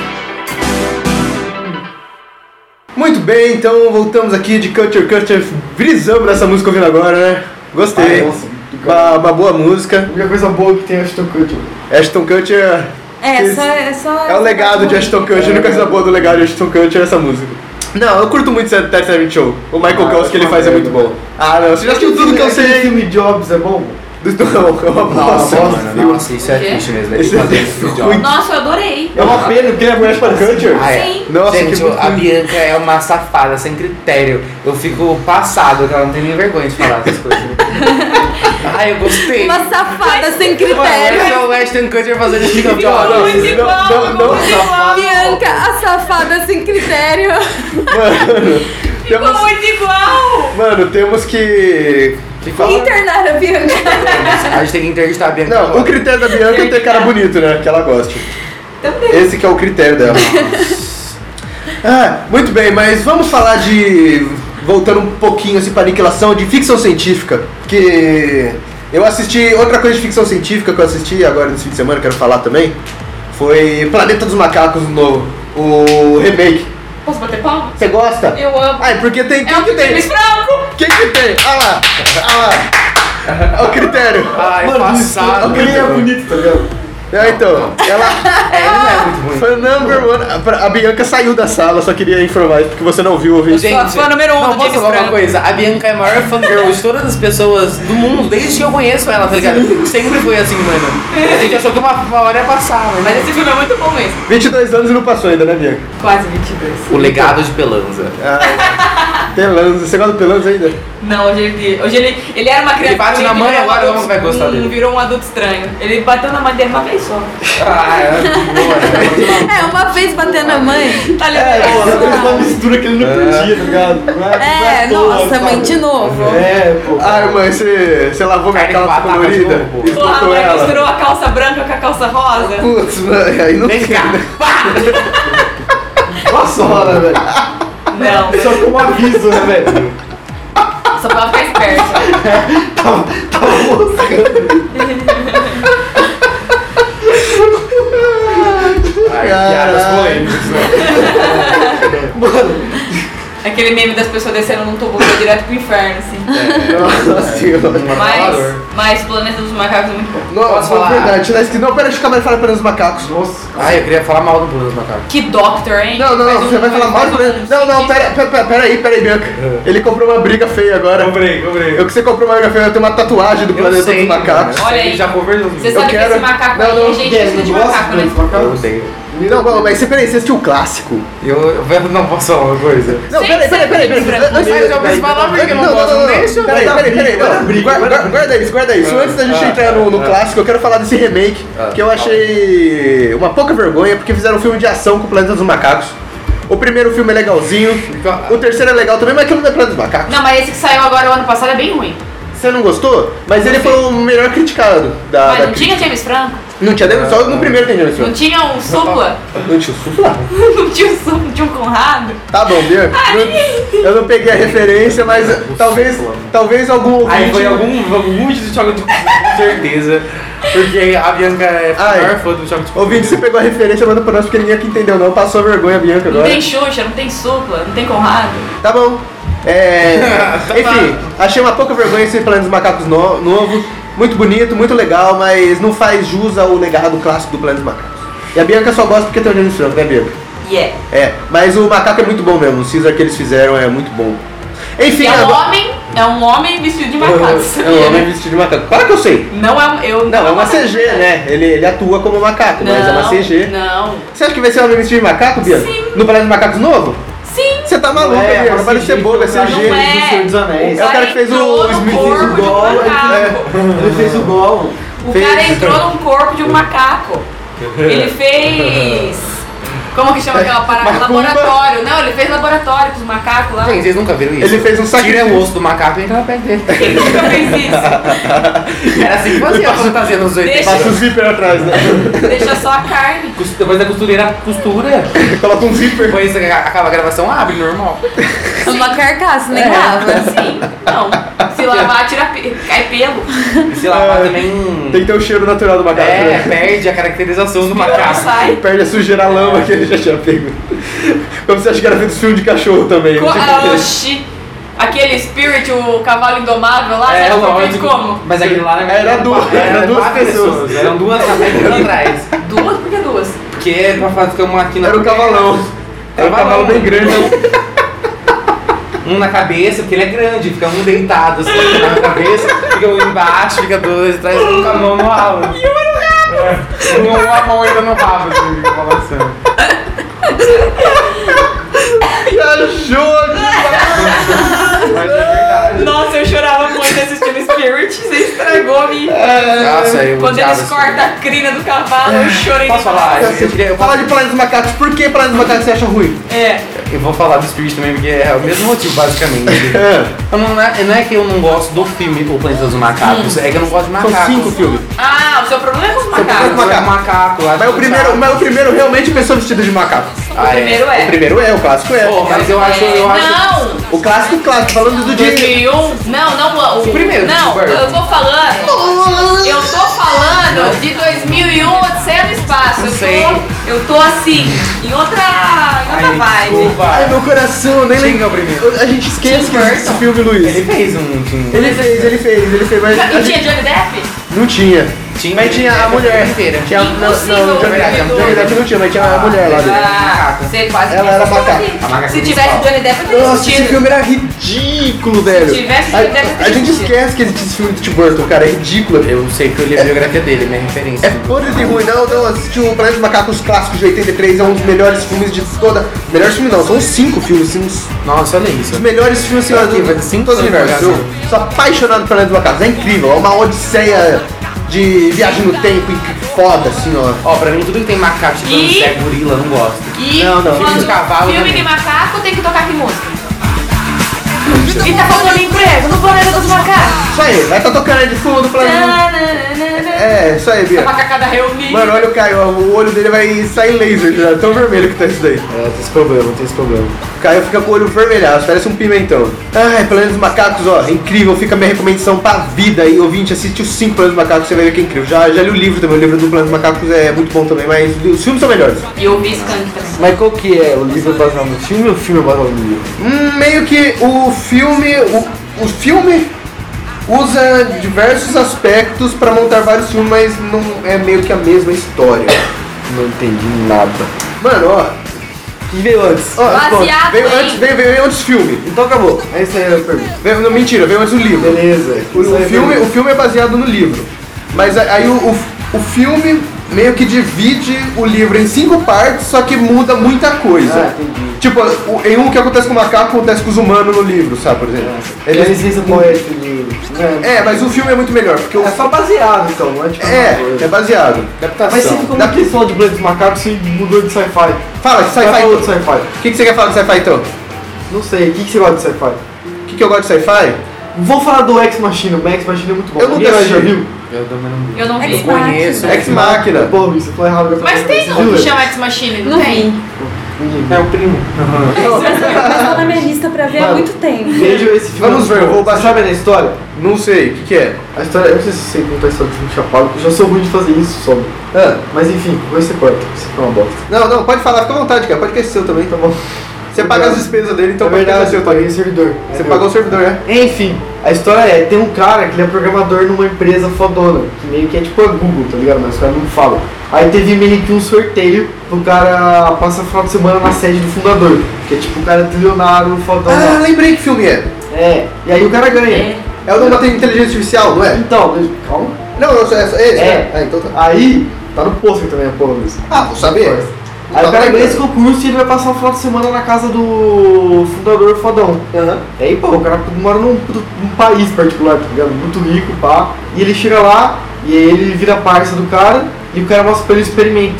Muito bem, então voltamos aqui de Culture, brisamos nessa música ouvindo agora, né? Gostei. Uma boa música. A única coisa boa que tem é Ashton Kutcher. Ashton Kutcher é o legado de Ashton Kutcher, a única coisa boa do legado de Ashton Kutcher é essa música. Não, eu curto muito esse Ted Savage Show. O Michael Caus que ele faz é muito bom. Ah, não, você já assistiu tudo que eu sei. Filme Jobs é bom? Não, é uma bosta. Nossa, isso é triste mesmo. Ele fazendo ruim. Nossa, eu adorei. É uma pena, porque ele é mulher para Culture. Sim. Nossa, gente, que muito a Bianca é uma safada, sem critério. Eu fico passado, que ela não tem nem vergonha de falar essas coisas. Ai, eu gostei. Uma safada sem Esse critério. é o Ashton Kutcher fazendo esse Ficou muito igual, ficou muito igual. Bianca, a safada sem critério. Ficou muito igual. Mano, temos que... Internar a Bianca. A gente tem que entrevistar a Bianca. Não, agora. o critério da Bianca é ter cara bonito, né? Que ela goste. Também. Esse que é o critério dela. Muito bem, mas vamos falar de... Voltando um pouquinho assim pra aniquilação de ficção científica. Que eu assisti... Outra coisa de ficção científica que eu assisti agora nesse fim de semana, quero falar também, foi Planeta dos Macacos novo. O remake. Posso bater palma? Você gosta? Eu amo. Ah, é porque tem... É Quem o que tem? James Franco. Quem que tem? Ah lá! Olha o critério. Ai, passado. Ele é bonito, tá ligado? Então, ela... Ele não é muito ruim. Foi o number one. A Bianca saiu da sala, só queria informar isso, porque você não viu o vídeo. Sou a fã número 1 não, do posso James falar uma Franco. coisa? A Bianca é a maior fangirl de todas as pessoas do mundo, desde que eu conheço ela, tá ligado? Sempre foi assim, mano. A gente achou que uma hora ia passar, Mas esse filme é muito bom mesmo. 22 anos e não passou ainda, né, Bianca? Quase 22. O legado de Pelanza. Pelanza. Você gosta do Pelanza ainda? Não, hoje ele era uma criança. Ele bate na ele mãe, virou um agora adulto- vamos vai gostar dele. Virou um adulto estranho. Ele bateu na mãe dele uma vez só. É, uma vez batendo na mãe. Tá Pô, você fez ligado? uma mistura que ele não podia, tá ligado? Não É, à toa, nossa, sabe? mãe, de novo. É, pô. Ai, mãe, você lavou minha Carne de calça batata colorida de novo, e Porra, a botou mãe ela. misturou a calça branca com a calça rosa. Putz, mãe, aí não Vem tem, cá. né? Nossa hora, velho. Não, Só como aviso, né, velho? só pra ficar esperta. Tava moscando. Piadas polêmicas, né? Mano, Aquele meme das pessoas descendo num tubo que vai direto pro inferno, assim. nossa senhora. Mas Planeta dos Macacos é muito bom. Nossa, Posso falar? verdade. Não, pera, deixa eu falar para os macacos. Nossa. Ai, eu queria falar mal do Bruno Macaco. Que Doctor, hein? Não, você vai falar mal do Não, pera aí, Bianca. Ele comprou uma briga feia agora. Comprei. Eu que você comprou uma briga feia, eu tenho uma tatuagem do Planeta dos Macacos. Olha aí. Já conversou. Você sabe que quero- esse macaco Não, aí não, é gente vestida de macaco, né? Eu odeio. Não, mas peraí, você assistiu o clássico? Eu não posso falar uma coisa. Não, Sim, peraí. Mas eu preciso falar porque eu não gosto, não deixa. Peraí. Guarda isso. Antes da gente entrar no clássico, eu quero falar desse remake, que eu achei uma pouca vergonha, porque fizeram um filme de ação com o Planeta dos Macacos. O primeiro filme é legalzinho, o terceiro é legal também, mas aquilo não é Planeta dos Macacos. Não, mas esse que saiu agora o ano passado é bem ruim. Você não gostou? Mas ele foi o melhor criticado da Mas não crítica. tinha James Franco? Não tinha, só no primeiro tem James Não Franco. tinha um Supla? Não tinha o Supla? Não tinha um Supla, não tinha um Conrado? Tá bom, Bianca. Eu não peguei a referência, mas talvez algum Aí ouvinte... foi algum vídeo do Chocolate com certeza. Porque a Bianca é a maior fã do Chocolate. Ouvinte, você pegou a referência, manda pra nós, porque ninguém aqui entendeu não. Passou vergonha a Bianca Não agora. tem Xuxa, não tem Supla, não tem Conrado. Tá bom. Enfim, achei uma pouca vergonha esse Planeta dos Macacos novo. Muito bonito, muito legal, mas não faz jus ao legado clássico do Planeta dos Macacos. E a Bianca só gosta porque tem o James Franco, né, Bianca? Yeah. Mas o macaco é muito bom mesmo. O Caesar que eles fizeram é muito bom. Enfim, E é agora... um homem vestido de macaco. É um homem vestido de macaco. Claro que eu sei. Não é Não, é uma CG, né? Ele atua como macaco, mas é uma CG. Não. Você acha que vai ser um homem vestido de macaco, Bianca? Sim. No Planeta dos Macacos novo? Sim. Você tá maluca, Bianca? Não parece ser bobo, é CG. Não é. do Senhor dos Anéis. É o cara que fez o Entrou no Smith, corpo fez o de um Gollum, macaco. Ele fez o Gollum. O Fez. cara entrou num corpo de um macaco. Ele fez... Como que chama aquela parada? Macumba. Laboratório. Não, ele fez laboratório com os macacos lá. Gente, vocês nunca viram isso? Ele fez um Tira sacrifício. o osso do macaco e entra na pele dele. Ele nunca fez isso. Era assim que fazia a fantasia nos 80. Deixa- Passa o zíper atrás, né? Deixa só a carne. Depois da costureira costura. Coloca um zíper. Depois acaba a gravação, abre normal. É uma carcaça, nem lava. Sim. Não. Se lavar, cai pelo. E se lavar também. Tem que ter o cheiro natural do macaco. É, né? perde a caracterização do Não macaco. sai. Perde a sujeira, a lama que ele já tinha pego. Como você acha que era feito filme de cachorro também? Oxi. Aquele Spirit, o cavalo indomável lá, É, sabe que foi lógico. feito como? Mas aquele lá Era duas- era duas quatro pessoas. Eram duas na frente e atrás. Duas? Por que duas? Porque é pra fazer uma aqui na Era o cavalão. Era um cavalo bem grande. um na cabeça, porque ele é grande, fica um deitado assim na cabeça, fica um embaixo, fica dois atrás, um com a mão no rabo. E uma no rabo! Uma mão ainda no rabo, assim, fica balançando. Viajou demais! Mas é verdade. Nossa, eu chorava muito assistindo Spirit, você estragou a minha. Nossa, eu Quando odiava eles cortam a crina do cavalo, eu chorei. Posso falar? Fala de Planeta dos Macacos, por que Planeta dos Macacos você acha ruim? Eu vou falar do Spirit também, porque é o mesmo motivo, basicamente. Não é que eu não gosto do filme O Planeta dos Macacos, é que eu não gosto de macacos. São 5 filmes. Ah, o seu problema é com os problema macacos. é Macaco. Mas o primeiro realmente pessoa vestida de macaco. O primeiro é. O primeiro é, o clássico é. Pô, mas eu acho. Não! O clássico, falando do dia. 2001? Não, o primeiro, Não, Super. eu tô falando de 2001, Odisseia no Espaço. Eu tô assim, em outra vibe. Desculpa. Ai, meu coração, nem Quem é o primeiro? A gente esquece Tim esse Burton. filme, Luiz. Ele fez um. Ele fez, mas. E tinha Johnny Depp? Não tinha. Tinha, Mas tinha a mulher. inteira. Tinha, Impossível, Johnny Depp não tinha, mas tinha a mulher lá dele. Você quase Ela era assistiu macaca. ali. A macaca Se principal. tivesse Johnny Depp, eu teria Nossa, esse assistido. filme era ridículo, velho. Se tivesse Johnny Depp, eu A teria gente assistido. esquece que existe esse filme do Tim Burton, cara, é ridículo. Eu sei que eu li a biografia dele, minha referência. É podre de ruim, não, assistiu o Planeta dos Macacos clássicos de 83, é um dos melhores filmes de toda... Melhores filmes não, são uns 5 filmes, assim, Nossa, olha isso. os melhores filmes, assim, Aqui, vai ter de 5 todo o universo. filmes, Eu sou apaixonado pelo Planeta dos Macacos, é incrível, é uma odisseia de viagem no tempo, foda, assim, ó. Ó, pra mim tudo que tem macaco, tipo, E- se é gorila, eu não gosto. E Não, filme quando de cavalo filme também. de macaco tem que tocar que música? E tá faltando emprego no Planeta dos Macacos. Isso aí, vai estar tocando aí de fundo, Planeta... É, isso aí, A Bia. macacada reunida. Mano, olha o Caio, o olho dele vai sair laser, já, tão vermelho que tá isso daí. Tem esse problema. O Caio fica com o olho vermelhaço, parece um pimentão. Ai, Planeta dos Macacos, ó, é incrível, fica a minha recomendação pra vida aí, ouvinte, assiste os 5 Planetas dos Macacos, você vai ver que é incrível. Já li o livro também, o livro do Planeta dos Macacos é muito bom também, mas os filmes são melhores. E eu vi Skunk também. Mas qual que é? O livro é baseado no filme ou o filme é baseado no livro? Meio que o filme usa diversos aspectos pra montar vários filmes, mas não é meio que a mesma história. Não entendi nada. Mano, ó, E veio antes? ó, Baseado veio em- veio antes filme. Então acabou. É isso aí a pergunta. Não, mentira, veio antes o livro. Beleza. O filme é baseado no livro. Mas aí o filme meio que divide o livro em 5 partes, só que muda muita coisa. Ah, entendi. Tipo, em um que acontece com o macaco, acontece com os humanos no livro, sabe, por exemplo. É licença poética do livro. É, mas o filme é muito melhor, porque o É só baseado então, não é tipo é baseado. Mas você ficou muito falando de Planeta dos Macacos e mudou de sci-fi. Fala de Vai sci-fi. falando de então. sci-fi. O que você quer falar de sci-fi então? Não sei, o que você gosta de sci-fi? O que eu gosto de sci-fi? Vou falar do Ex Machina, o Ex Machina é muito bom. Eu nunca Ninguém mais assisti. já viu? Eu também não vi. Eu não vi. Ex Conheço. Ex Machina. Pô, Luiz, você falou errado. agora. Mas tem Você um viu, que né? chama Ex Machina, não Não tem? vi. É o primo. Mas tá na minha lista pra ver há Mano, muito tempo. Veja esse filme. Vamos ver, eu vou Você baixar. sabe a história? Não sei, o que é? A história, eu não sei se você contar a história do filme Chapado, porque eu já sou ruim de fazer isso sobre. Ah, Mas enfim, vai ser corta, isso foi uma bosta. não, pode falar, fica à vontade, cara. Pode que é seu também, tá bom. Você paga as despesas dele, então é pode que é verdade, seu eu paguei também. o servidor. Você pagou o servidor, né? Enfim, a história é, tem um cara que ele é programador numa empresa fodona, que meio que é tipo a Google, tá ligado? Mas os caras não falam. Aí teve meio que um sorteio pro cara passar o final de semana na sede do fundador, que é tipo o cara trilionário, fodão Ah, lá. lembrei que filme é. É, e aí o cara ganha. É o de uma inteligência artificial, não é? Então, calma. Não, é esse, É. Ah, então tá. Aí, tá no pôster também a porra disso. Ah, vou saber. Aí o cara ganha esse lembrando. concurso e ele vai passar o final de semana na casa do fundador fodão. Aham. E aí, pô, o cara mora num país particular, tá ligado? Muito rico, pá. E ele chega lá, e aí ele vira parça do cara, e o cara mostra pra ele o experimento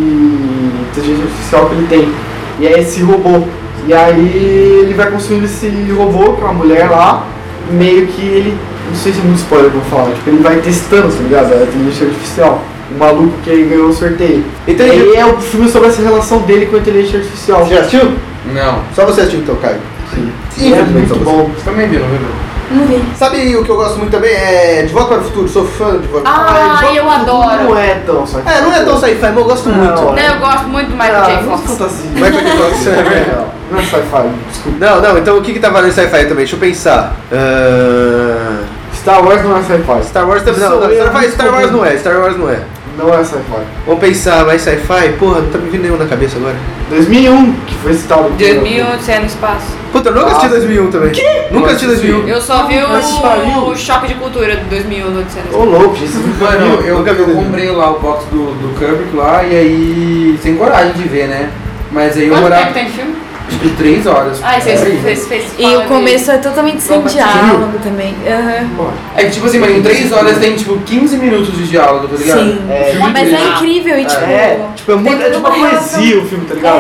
de inteligência artificial que ele tem. E é esse robô. E aí ele vai construindo esse robô, que é uma mulher lá, e meio que ele, não sei se é muito spoiler que eu vou falar, tipo, ele vai testando, tá ligado? A inteligência artificial. O maluco que ele ganhou o sorteio. Entendi. E aí é o filme sobre essa relação dele com a inteligência artificial. Você já assistiu? Não. Só você assistiu então, Caio. Sim. Sim, É tudo bem, muito só você. bom. Você também viu, não viu? Não vi. Sabe o que eu gosto muito também? É De Volta para o Futuro. Sou fã de Volta Ah, eu adoro. Não é tão sci-fi. Não é tão sci-fi, mas eu gosto Não, muito. Não, eu gosto muito do Michael J. não é Fox. fantasia. Michael J. Fox, Não é sci-fi, desculpa. Não, então o que tá valendo sci-fi também? Deixa eu pensar. Star Wars não é sci-fi. Star Wars também. Não, Isso é Star Wars não é. Star Wars não é. Não é sci-fi. Vamos pensar, mais sci-fi? Porra, não tá me vindo nenhum na cabeça agora. 2001, que foi citado. 2001, Odisseia no Espaço. Puta, eu nunca assisti 2001 também. Nunca assisti 2001. Eu só vi Mas que pariu. o Choque de Cultura de 2001 no Odisseia no Ô, Espaço. louco, gente, vocês não Mano, viram. eu comprei lá o box do Kubrick lá e aí, sem coragem de ver, né? Mas aí eu Quanto morava, tempo tem de filme? acho que 3 horas. Ah, esse Aí, fez. E o começo é totalmente sem Bomba. diálogo também. Aham. É que tipo assim, mas em 3 horas tem tipo 15 minutos de diálogo, tá ligado? Sim. É, Mas é incrível e tipo. é tipo uma poesia o filme, tá ligado?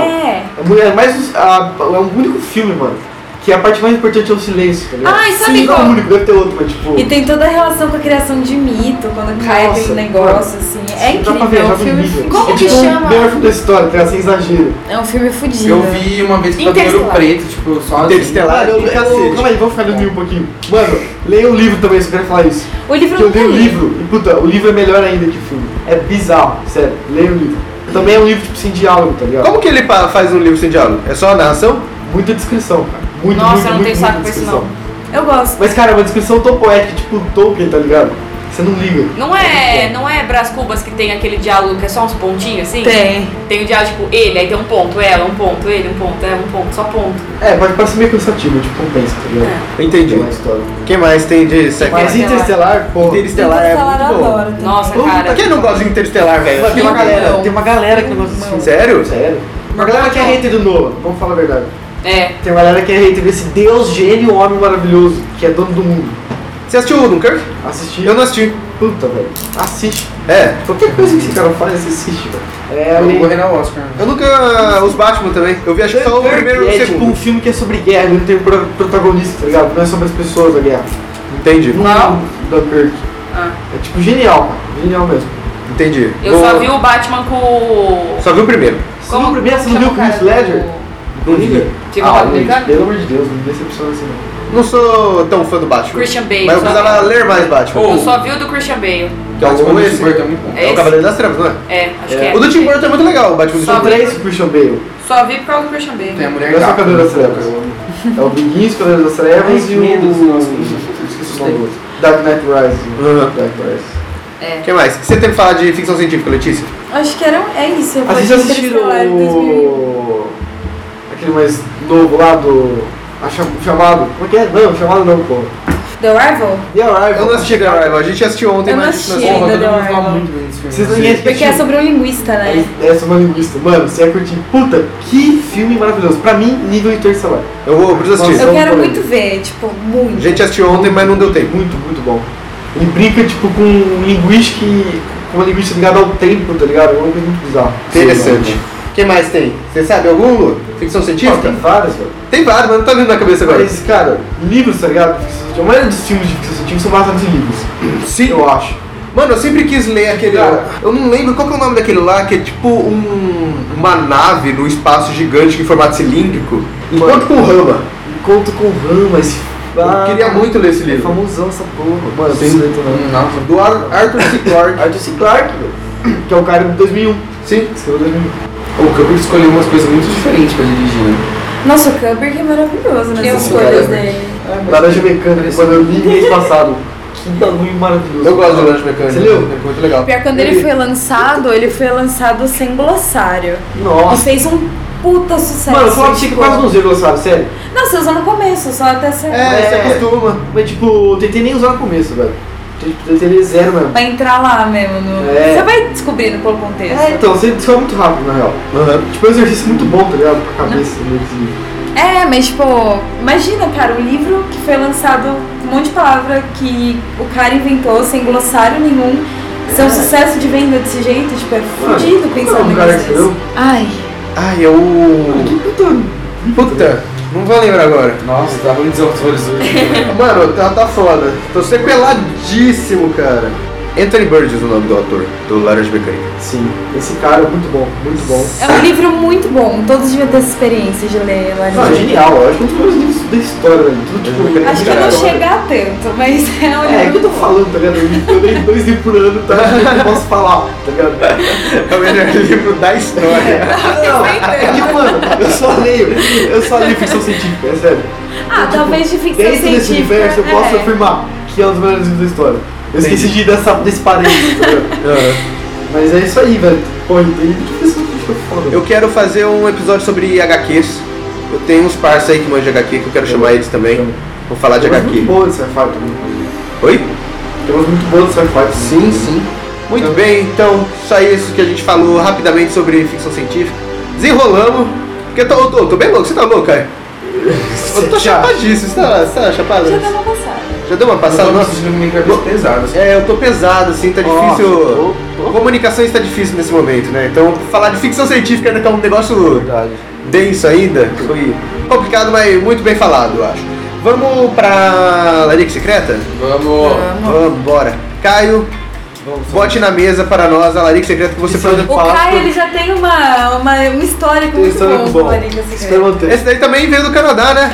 É mais é um único filme, mano. Que a parte mais importante é o silêncio, tá ligado? Ai, sabe Sim, qual? não é o único, deve ter outro, mas tipo. E tem toda a relação com a criação de mito, quando cai Nossa, aquele negócio, assim. É dá pra incrível, é viajar um filme no nível. fudido. É tipo o melhor filme da história, tá ligado? Sem exagero. É um filme fudido. Eu vi uma vez que tava em Ouro Interestelar. Preto, tipo, só assim. Interestelar. Calma aí, vamos ficar no um pouquinho. Mano, leia o livro também, se eu quero falar isso. O livro Porque eu não li o tem. livro, e puta, o livro é melhor ainda que o filme. É bizarro, sério, leia o livro. Também é um livro tipo sem diálogo, tá ligado? Como que ele faz um livro sem diálogo? É só a narração? Muita descrição, cara. Muito, Nossa, muito, eu não muito, tenho saco muita pra isso, descrição. Eu gosto. Mas, cara, é uma descrição tão poética, tipo Tolkien, tá ligado? Você não liga. Não é Brás Cubas que tem aquele diálogo que é só uns pontinhos assim? Tem. Tem o diálogo tipo ele, aí tem um ponto, ela, um ponto, ele, um ponto, ela, um ponto, só ponto. É, pode parecer meio cansativo, tipo, não pensa, tá ligado? Entendi. Tem uma história. Quem mais tem de sci-fi? Mas Interestelar, pô. Interestelar é muito eu bom. adoro também. Nossa, Puta, cara. quem não gosta de Interestelar, velho? Mano, Filmão. tem uma galera que não gosta desse filme. Sério? Sério? Uma galera que é hater do Nolan, vamos falar a verdade. É. Tem uma galera que é hater desse Deus, gênio, homem maravilhoso, que é dono do mundo. Você assistiu o Dunkirk? Assisti. Eu não assisti. Puta, velho. Assiste. É. Qualquer coisa que esse cara faz, você assiste, velho. É, Eu vou ali. correr na Oscar. Eu nunca... Os Batman também. Eu vi acho que só o primeiro e o é tipo segundo. um filme que é sobre guerra, ele não tem protagonista, tá ligado? Não é sobre as pessoas a guerra. Entendi. Qual? Dunkirk. Ah. É tipo genial, cara. Genial mesmo. Entendi. Eu só vi o Batman com. Só vi o primeiro. Você viu o primeiro? Você não viu o chama Chris cara Ledger? do- Não vi. Tipo, o gente, Batman? pelo amor de Deus, não me decepciona assim não. Não sou tão fã do Batman. Christian Bale, Mas eu só precisava vi. ler mais Batman. Eu só vi o do Christian Bale. Que é Batman o do esse. Tim Burton é muito bom. É o Esse. Cavaleiro das Trevas, não é? É, acho que é. O do Tim Burton é muito legal, o Batman do Só Tim São Burton. três com o Christian Bale. Só vi por causa do Christian Bale. Tem a Mulher Não é só Gato. Cavaleiro das Trevas. É o Vinguinhos, Cavaleiro das Trevas Ai, e que o... medo, nossa, Esqueci o nome do outro. Dark Knight Rises. Uhum. Dark Knight Rises. É. O que mais? O que você tem que falar de ficção científica, Letícia? Acho que é isso. Eu Ah, vocês vou já de assistiram Interestelar em 2001. aquele mais novo lá do... o chamado? Como é que é? Não, o chamado não, pô. The Arrival? The Arrival. Eu não assisti The Arrival, a gente assistiu ontem, Eu não mas assisti. não Porra, Ainda todo mundo The fala Arrival. muito bem desse filme. Vocês não Sim. iam Porque é sobre um linguista, né? É sobre uma linguista. Mano, você ia curtir. Puta, que filme maravilhoso. Pra mim, nível Interestelar. Eu preciso assistir. Eu Nossa. quero muito ver, tipo, muito. A gente assistiu ontem, mas não deu tempo. Muito, muito bom. Ele brinca, tipo, com linguística com uma linguística ligada ao tempo, tá ligado? É uma coisa muito bizarra. Interessante. O que mais tem? Você sabe algum, Lu? Ficção Pô, científica? tem várias, velho. Tem vários, mas não tá vindo na cabeça agora. Mas, cara, livros, tá ligado? A maioria dos filmes de ficção científica são baseados em livros. Sim. Eu acho. Mano, eu sempre quis ler aquele. Eu não lembro qual que é o nome daquele lá, que é tipo uma nave no espaço gigante em formato cilíndrico. Enquanto com rama. Encontro com Rama, esse... Eu queria muito ler esse É livro. famosão essa porra. Mano, Sim. não sei também. Nossa. Do Arthur C. Clarke. Arthur C. Clarke, velho. Que é o cara de 2001. Sim. Escreveu 2001. O Kubrick escolheu umas coisas muito diferentes pra dirigir, né? Nossa, o Kubrick é maravilhoso Eu nessas sou escolhas cara. dele. Laranja Mecânica, quando eu li mês passado. Que bagulho maravilhoso. Eu gosto de Laranja Mecânica. Você leu? É muito legal. Pior, quando ele foi lançado sem glossário. E Nossa. fez um puta sucesso. Mano, eu falava pra você que tipo... eu quase não usei glossário, sério. Não, você usou no começo, só até ser... É, você acostuma. Mas tipo, eu tentei nem usar no começo, velho. Tentei ler zero mesmo. Pra entrar lá mesmo. No... É. Você vai descobrindo pelo contexto. É, então, você foi muito rápido, na real. Uhum. Tipo, é um exercício muito bom, tá ligado? Pra cabeça, meio que... É, mas tipo, imagina, cara, o livro que foi lançado, um monte de palavra que o cara inventou sem glossário nenhum, ser um sucesso de venda desse jeito, tipo, é fudido pensar no no cara que negócio escreveu. desse. Ai, Ai, é o. Que puta... Puta, não vou lembrar agora. Nossa, tá ruim dos autores hoje. Mano, tá foda. Tô sequeladíssimo, cara. Anthony Burgess, o nome do autor, do Laranja Mecânica. Sim, esse cara é muito bom, muito bom. é um livro muito bom, todos deviam ter essa experiência de ler lá Não, é genial, eu acho que é um dos melhores livros da história, velho. Tudo tipo... Acho que não chega a tanto, mas é um É, é que eu livro tô falando, tá ligado? Eu leio 2 livros por ano, tá? Eu posso falar, tá ligado? É o melhor livro da história. Não, é que, mano, eu só leio ficção científica, é sério. Ah, talvez de ficção Dentro desse científica. universo, eu posso é. afirmar que é um dos melhores livros da história. Eu esqueci desse parênteses, tá ligado? Mas é isso aí, velho. Pô, tem pessoas que ficam foda. Eu quero fazer um episódio sobre HQs. Eu tenho uns parça aí que manjam HQ que eu quero chamar eles também. Vou falar de Tem umas HQ. muito boas de sci-fi também. Oi? Tem umas muito boas de sci-fi. Sim, sim. Muito bem, então, só isso que a gente falou rapidamente sobre ficção científica. Desenrolamos. Porque eu tô bem louco, você tá louco, cara? Eu tô chapadíssimo, você tá chapado? Já deu uma passada. Já deu uma passada? Nossa, minha cabeça pesada. Assim. eu tô pesado, assim, tá difícil. Comunicação está difícil nesse momento, né? Então, falar de ficção científica ainda que é um negócio denso ainda, foi complicado, mas muito bem falado, eu acho. Vamos pra Larica Secreta? Vamos, bora. Caio, bote na mesa para nós a Larica Secreta que você pode O Caio, ele já tem um histórico muito bom com a Larica Secreta. Esse daí também veio do Canadá, né?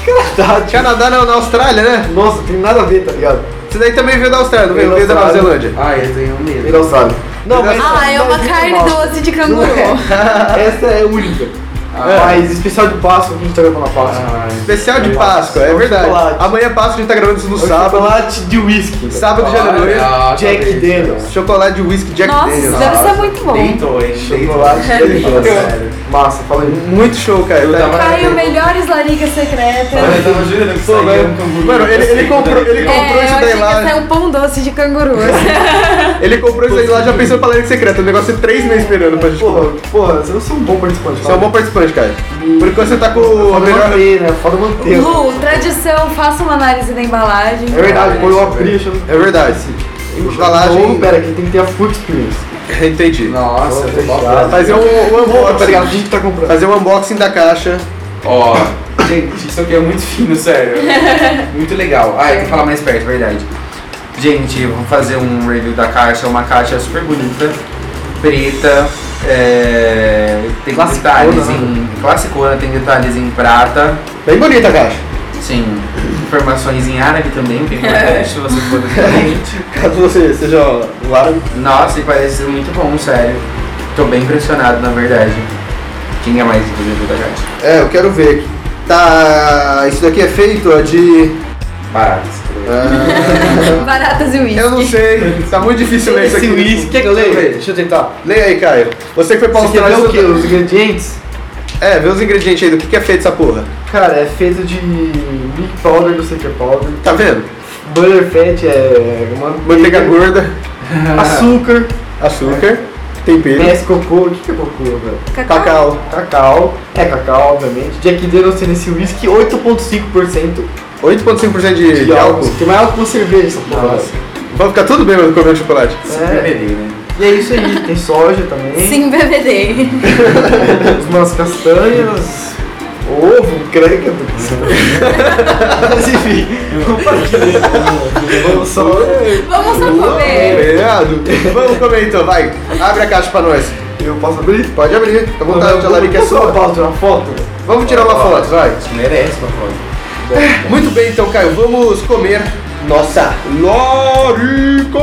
Canadá não, na Austrália, né? Nossa, tem nada a ver, tá ligado? Esse daí também veio da Austrália, não veio da Nova Zelândia. Ah, eu tenho medo. Veio da Austrália. Não, mas É uma carne doce de canguru. essa é única. Mas especial de Páscoa que a gente tá gravando na Páscoa. Especial de Páscoa, é verdade. Chocolate. Amanhã é Páscoa, a gente tá gravando isso no sábado. Chocolate de whisky. Sábado de noite. Jack Daniels. Chocolate de whisky Jack Nossa, Daniels. deve ser muito bom. Deitou, hein? Chocolate de Daniels. Massa, fala aí. Muito show, cara. Caio, melhores Laricas Secretas. Eu tava jurando que saía um canguru. Mano, ele comprou isso Eu daí achei que ia lá. ser um pão doce de canguru. Ele comprou isso daí lá já pensou pra Larica Secreta. O negócio é 3 meses esperando pra gente falar. Porra, você é um bom participante. Você é um bom participante, cara. Por enquanto você tá com o Foda melhor. manter, né? Foda manter. Lu, tradição, faça uma análise da embalagem. É verdade, foi eu abri achando. É verdade. Embalagem. Então, pera, quem tem que ter a full experience. Entendi. Nossa, Vou tô deixar. Fazer um Tá ligado? A unboxing. gente tá comprando. Fazer um unboxing da caixa. Ó, gente, isso aqui é muito fino, sério. Muito legal. Ah, eu tenho que falar mais perto, verdade. Gente, eu vou fazer um review da caixa, uma caixa super bonita, preta, tem detalhes em classicona, tem detalhes em prata, Bem bonita a caixa. sim, informações em árabe também, que é importante se você for do cliente. Caso você seja um árabe. Nossa, e parece ser muito bom, sério. Tô bem impressionado, na verdade. Quem é mais do review da caixa? Eu quero ver aqui. Tá. Isso daqui é feito de. Baratos. Baratas e uísque. Eu não sei. Tá muito difícil ler isso aqui. whisky, quer que eu leia? Deixa eu tentar. Leia aí, Caio. Você que foi pra Você quer Austrália. ver o quê? Os ingredientes? Vê os ingredientes aí do que é feito essa porra. Cara, é feito de milk powder, não sei o que é powder. Tá vendo? Butter fat é Manteiga gorda, açúcar, açúcar, tempero, cocô. O que é cocô, velho? cacau. Cacau. É cacau, obviamente. Jack Daniels Tennessee Whiskey, 8,5% 8,5% de álcool. Tem mais álcool que cerveja essa porra. Nossa. Vai ficar tudo bem quando comer chocolate. né? E é isso aí, tem soja também. Sim, BBD. Umas castanhas, ovo, crâncano. Mas enfim, vamos só. Vamos só comer. Obrigado. Vamos comer então, vai. Abre a caixa pra nós. Eu posso abrir? Pode abrir. Fica à vontade, a Larica é Posso sua. tirar uma foto? Vamos tirar uma foto, vai. Merece uma foto. Muito bem, então, Caio, vamos comer nossa Larica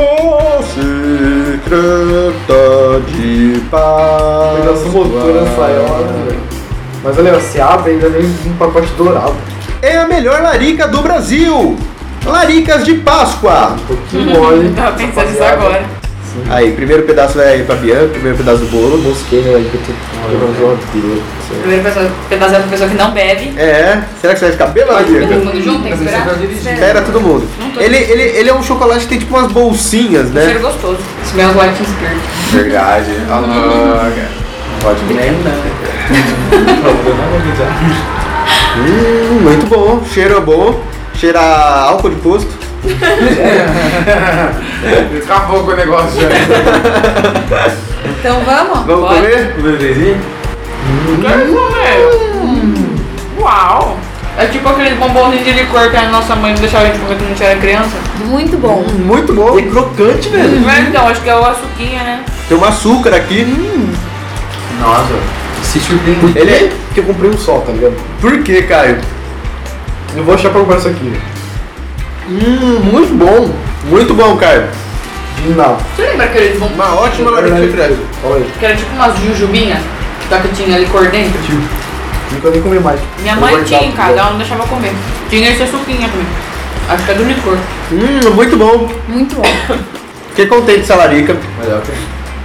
Secreta de paz. Nosso motor nessa hora, velho. Mas olha, se abre ainda vem um pacote dourado. É a melhor larica do Brasil. Laricas de Páscoa. Um pouquinho mole. Tava pensando nisso rapaziada. agora. Aí, primeiro pedaço vai pra Bianca, primeiro pedaço do bolo. Mosquei, né? Que eu tô Primeiro pedaço é pra pessoa que não bebe. Será que você vai ficar bêbado, Todo Bianca? mundo junto, tem que esperar. Espera todo mundo. Não tô. Ele é um chocolate que tem tipo umas bolsinhas, Cheiro né? gostoso. Esse meu White Spirit. Verdade. Pode comer, Muito bom, cheiro é bom. Cheira a álcool de posto. Acabou com o negócio já. Então vamos? Vamos Pode. comer? Quero comer. Uau. É tipo aquele bombonzinho de licor que a nossa mãe deixava a gente comer quando a gente era criança. Muito bom. Muito bom. É crocante, velho. Mas então, acho que é o açuquinha, né? Tem um açúcar aqui. Nossa, se surpreende. Ele é... Porque eu comprei um só, tá ligado? Por que, Caio? Eu vou achar pra comprar isso aqui. Muito bom. Muito bom, Caio. Não. Você lembra aqueles bombons? Uma ótima larica secreta. Olha aí. Que era tipo umas jujubinhas? Só que tinha licor dentro? Nunca nem comi mais. Minha Eu mãe vou tinha em guardar, casa, ela não deixava comer. Tinha esse açuquinha também. Acho que é do licor. Muito bom. Muito bom. Fiquei contente dessa larica. Melhor que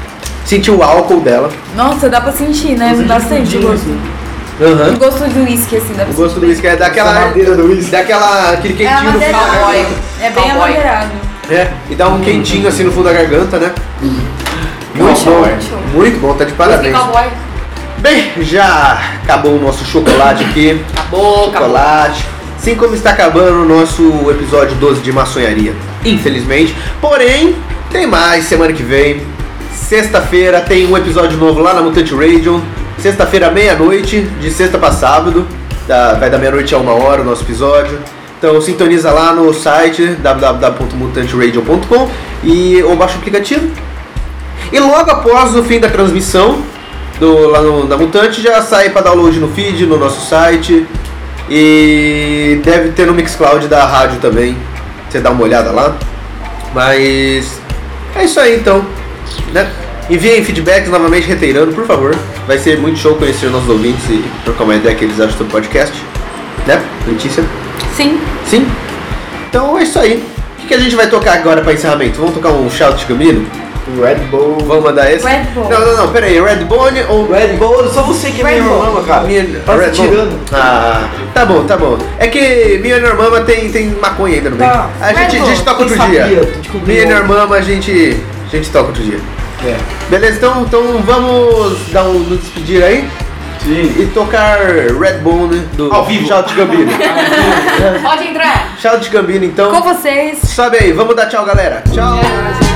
Sentir o álcool dela. Nossa, dá pra sentir, né? Bastante o gosto. Uhum. O gosto do whisky, assim, dá pra O sentir. gosto do whisky é daquela madeira do whisky. aquele quentinho no final. cowboy. É bem Cowboy. amadeirado. É, e dá um quentinho assim no fundo da garganta, né? Muito Show, bom, show. muito bom, tá de Whisky parabéns. cowboy. Bem, já acabou o nosso chocolate aqui. Acabou. Chocolate. Assim como está acabando o nosso episódio 12 de maçonharia, infelizmente. Porém, tem mais semana que vem. Sexta-feira tem um episódio novo lá na Mutante Radio. Sexta-feira, meia-noite, de sexta para sábado. Vai da meia-noite a 1h o nosso episódio. Então sintoniza lá no site www.mutanteradio.com ou baixa o aplicativo. E logo após o fim da transmissão lá da Mutante, já sai para download no feed, no nosso site. E deve ter no Mixcloud da rádio também. Você dá uma olhada lá. Mas é isso aí então, né? Enviem feedbacks novamente, reiterando, por favor. Vai ser muito show conhecer nossos ouvintes e trocar uma ideia que eles acham do podcast. Né, Letícia? Sim. Sim? Então é isso aí. O que a gente vai tocar agora para encerramento? Vamos tocar um Shout Gambino? Red Bull. Vamos mandar esse? Red Bull. Não, pera aí. Red Bone ou... Red Bull, só você que é Red minha Bull. irmã, cara. Tá se tirando. Ah, tá bom. É que minha Mama tem maconha ainda no meio. Tá. A gente toca outro Quem dia. sabia? Tu descobriu Minha ontem. Mama a gente toca outro dia. É. Beleza? Então vamos nos despedir aí Sim. e tocar Red Bone do Ao vivo. Shout Gambino. Pode entrar. Shout Gambino, então. Com vocês. Sobe aí, vamos dar tchau, galera. Tchau.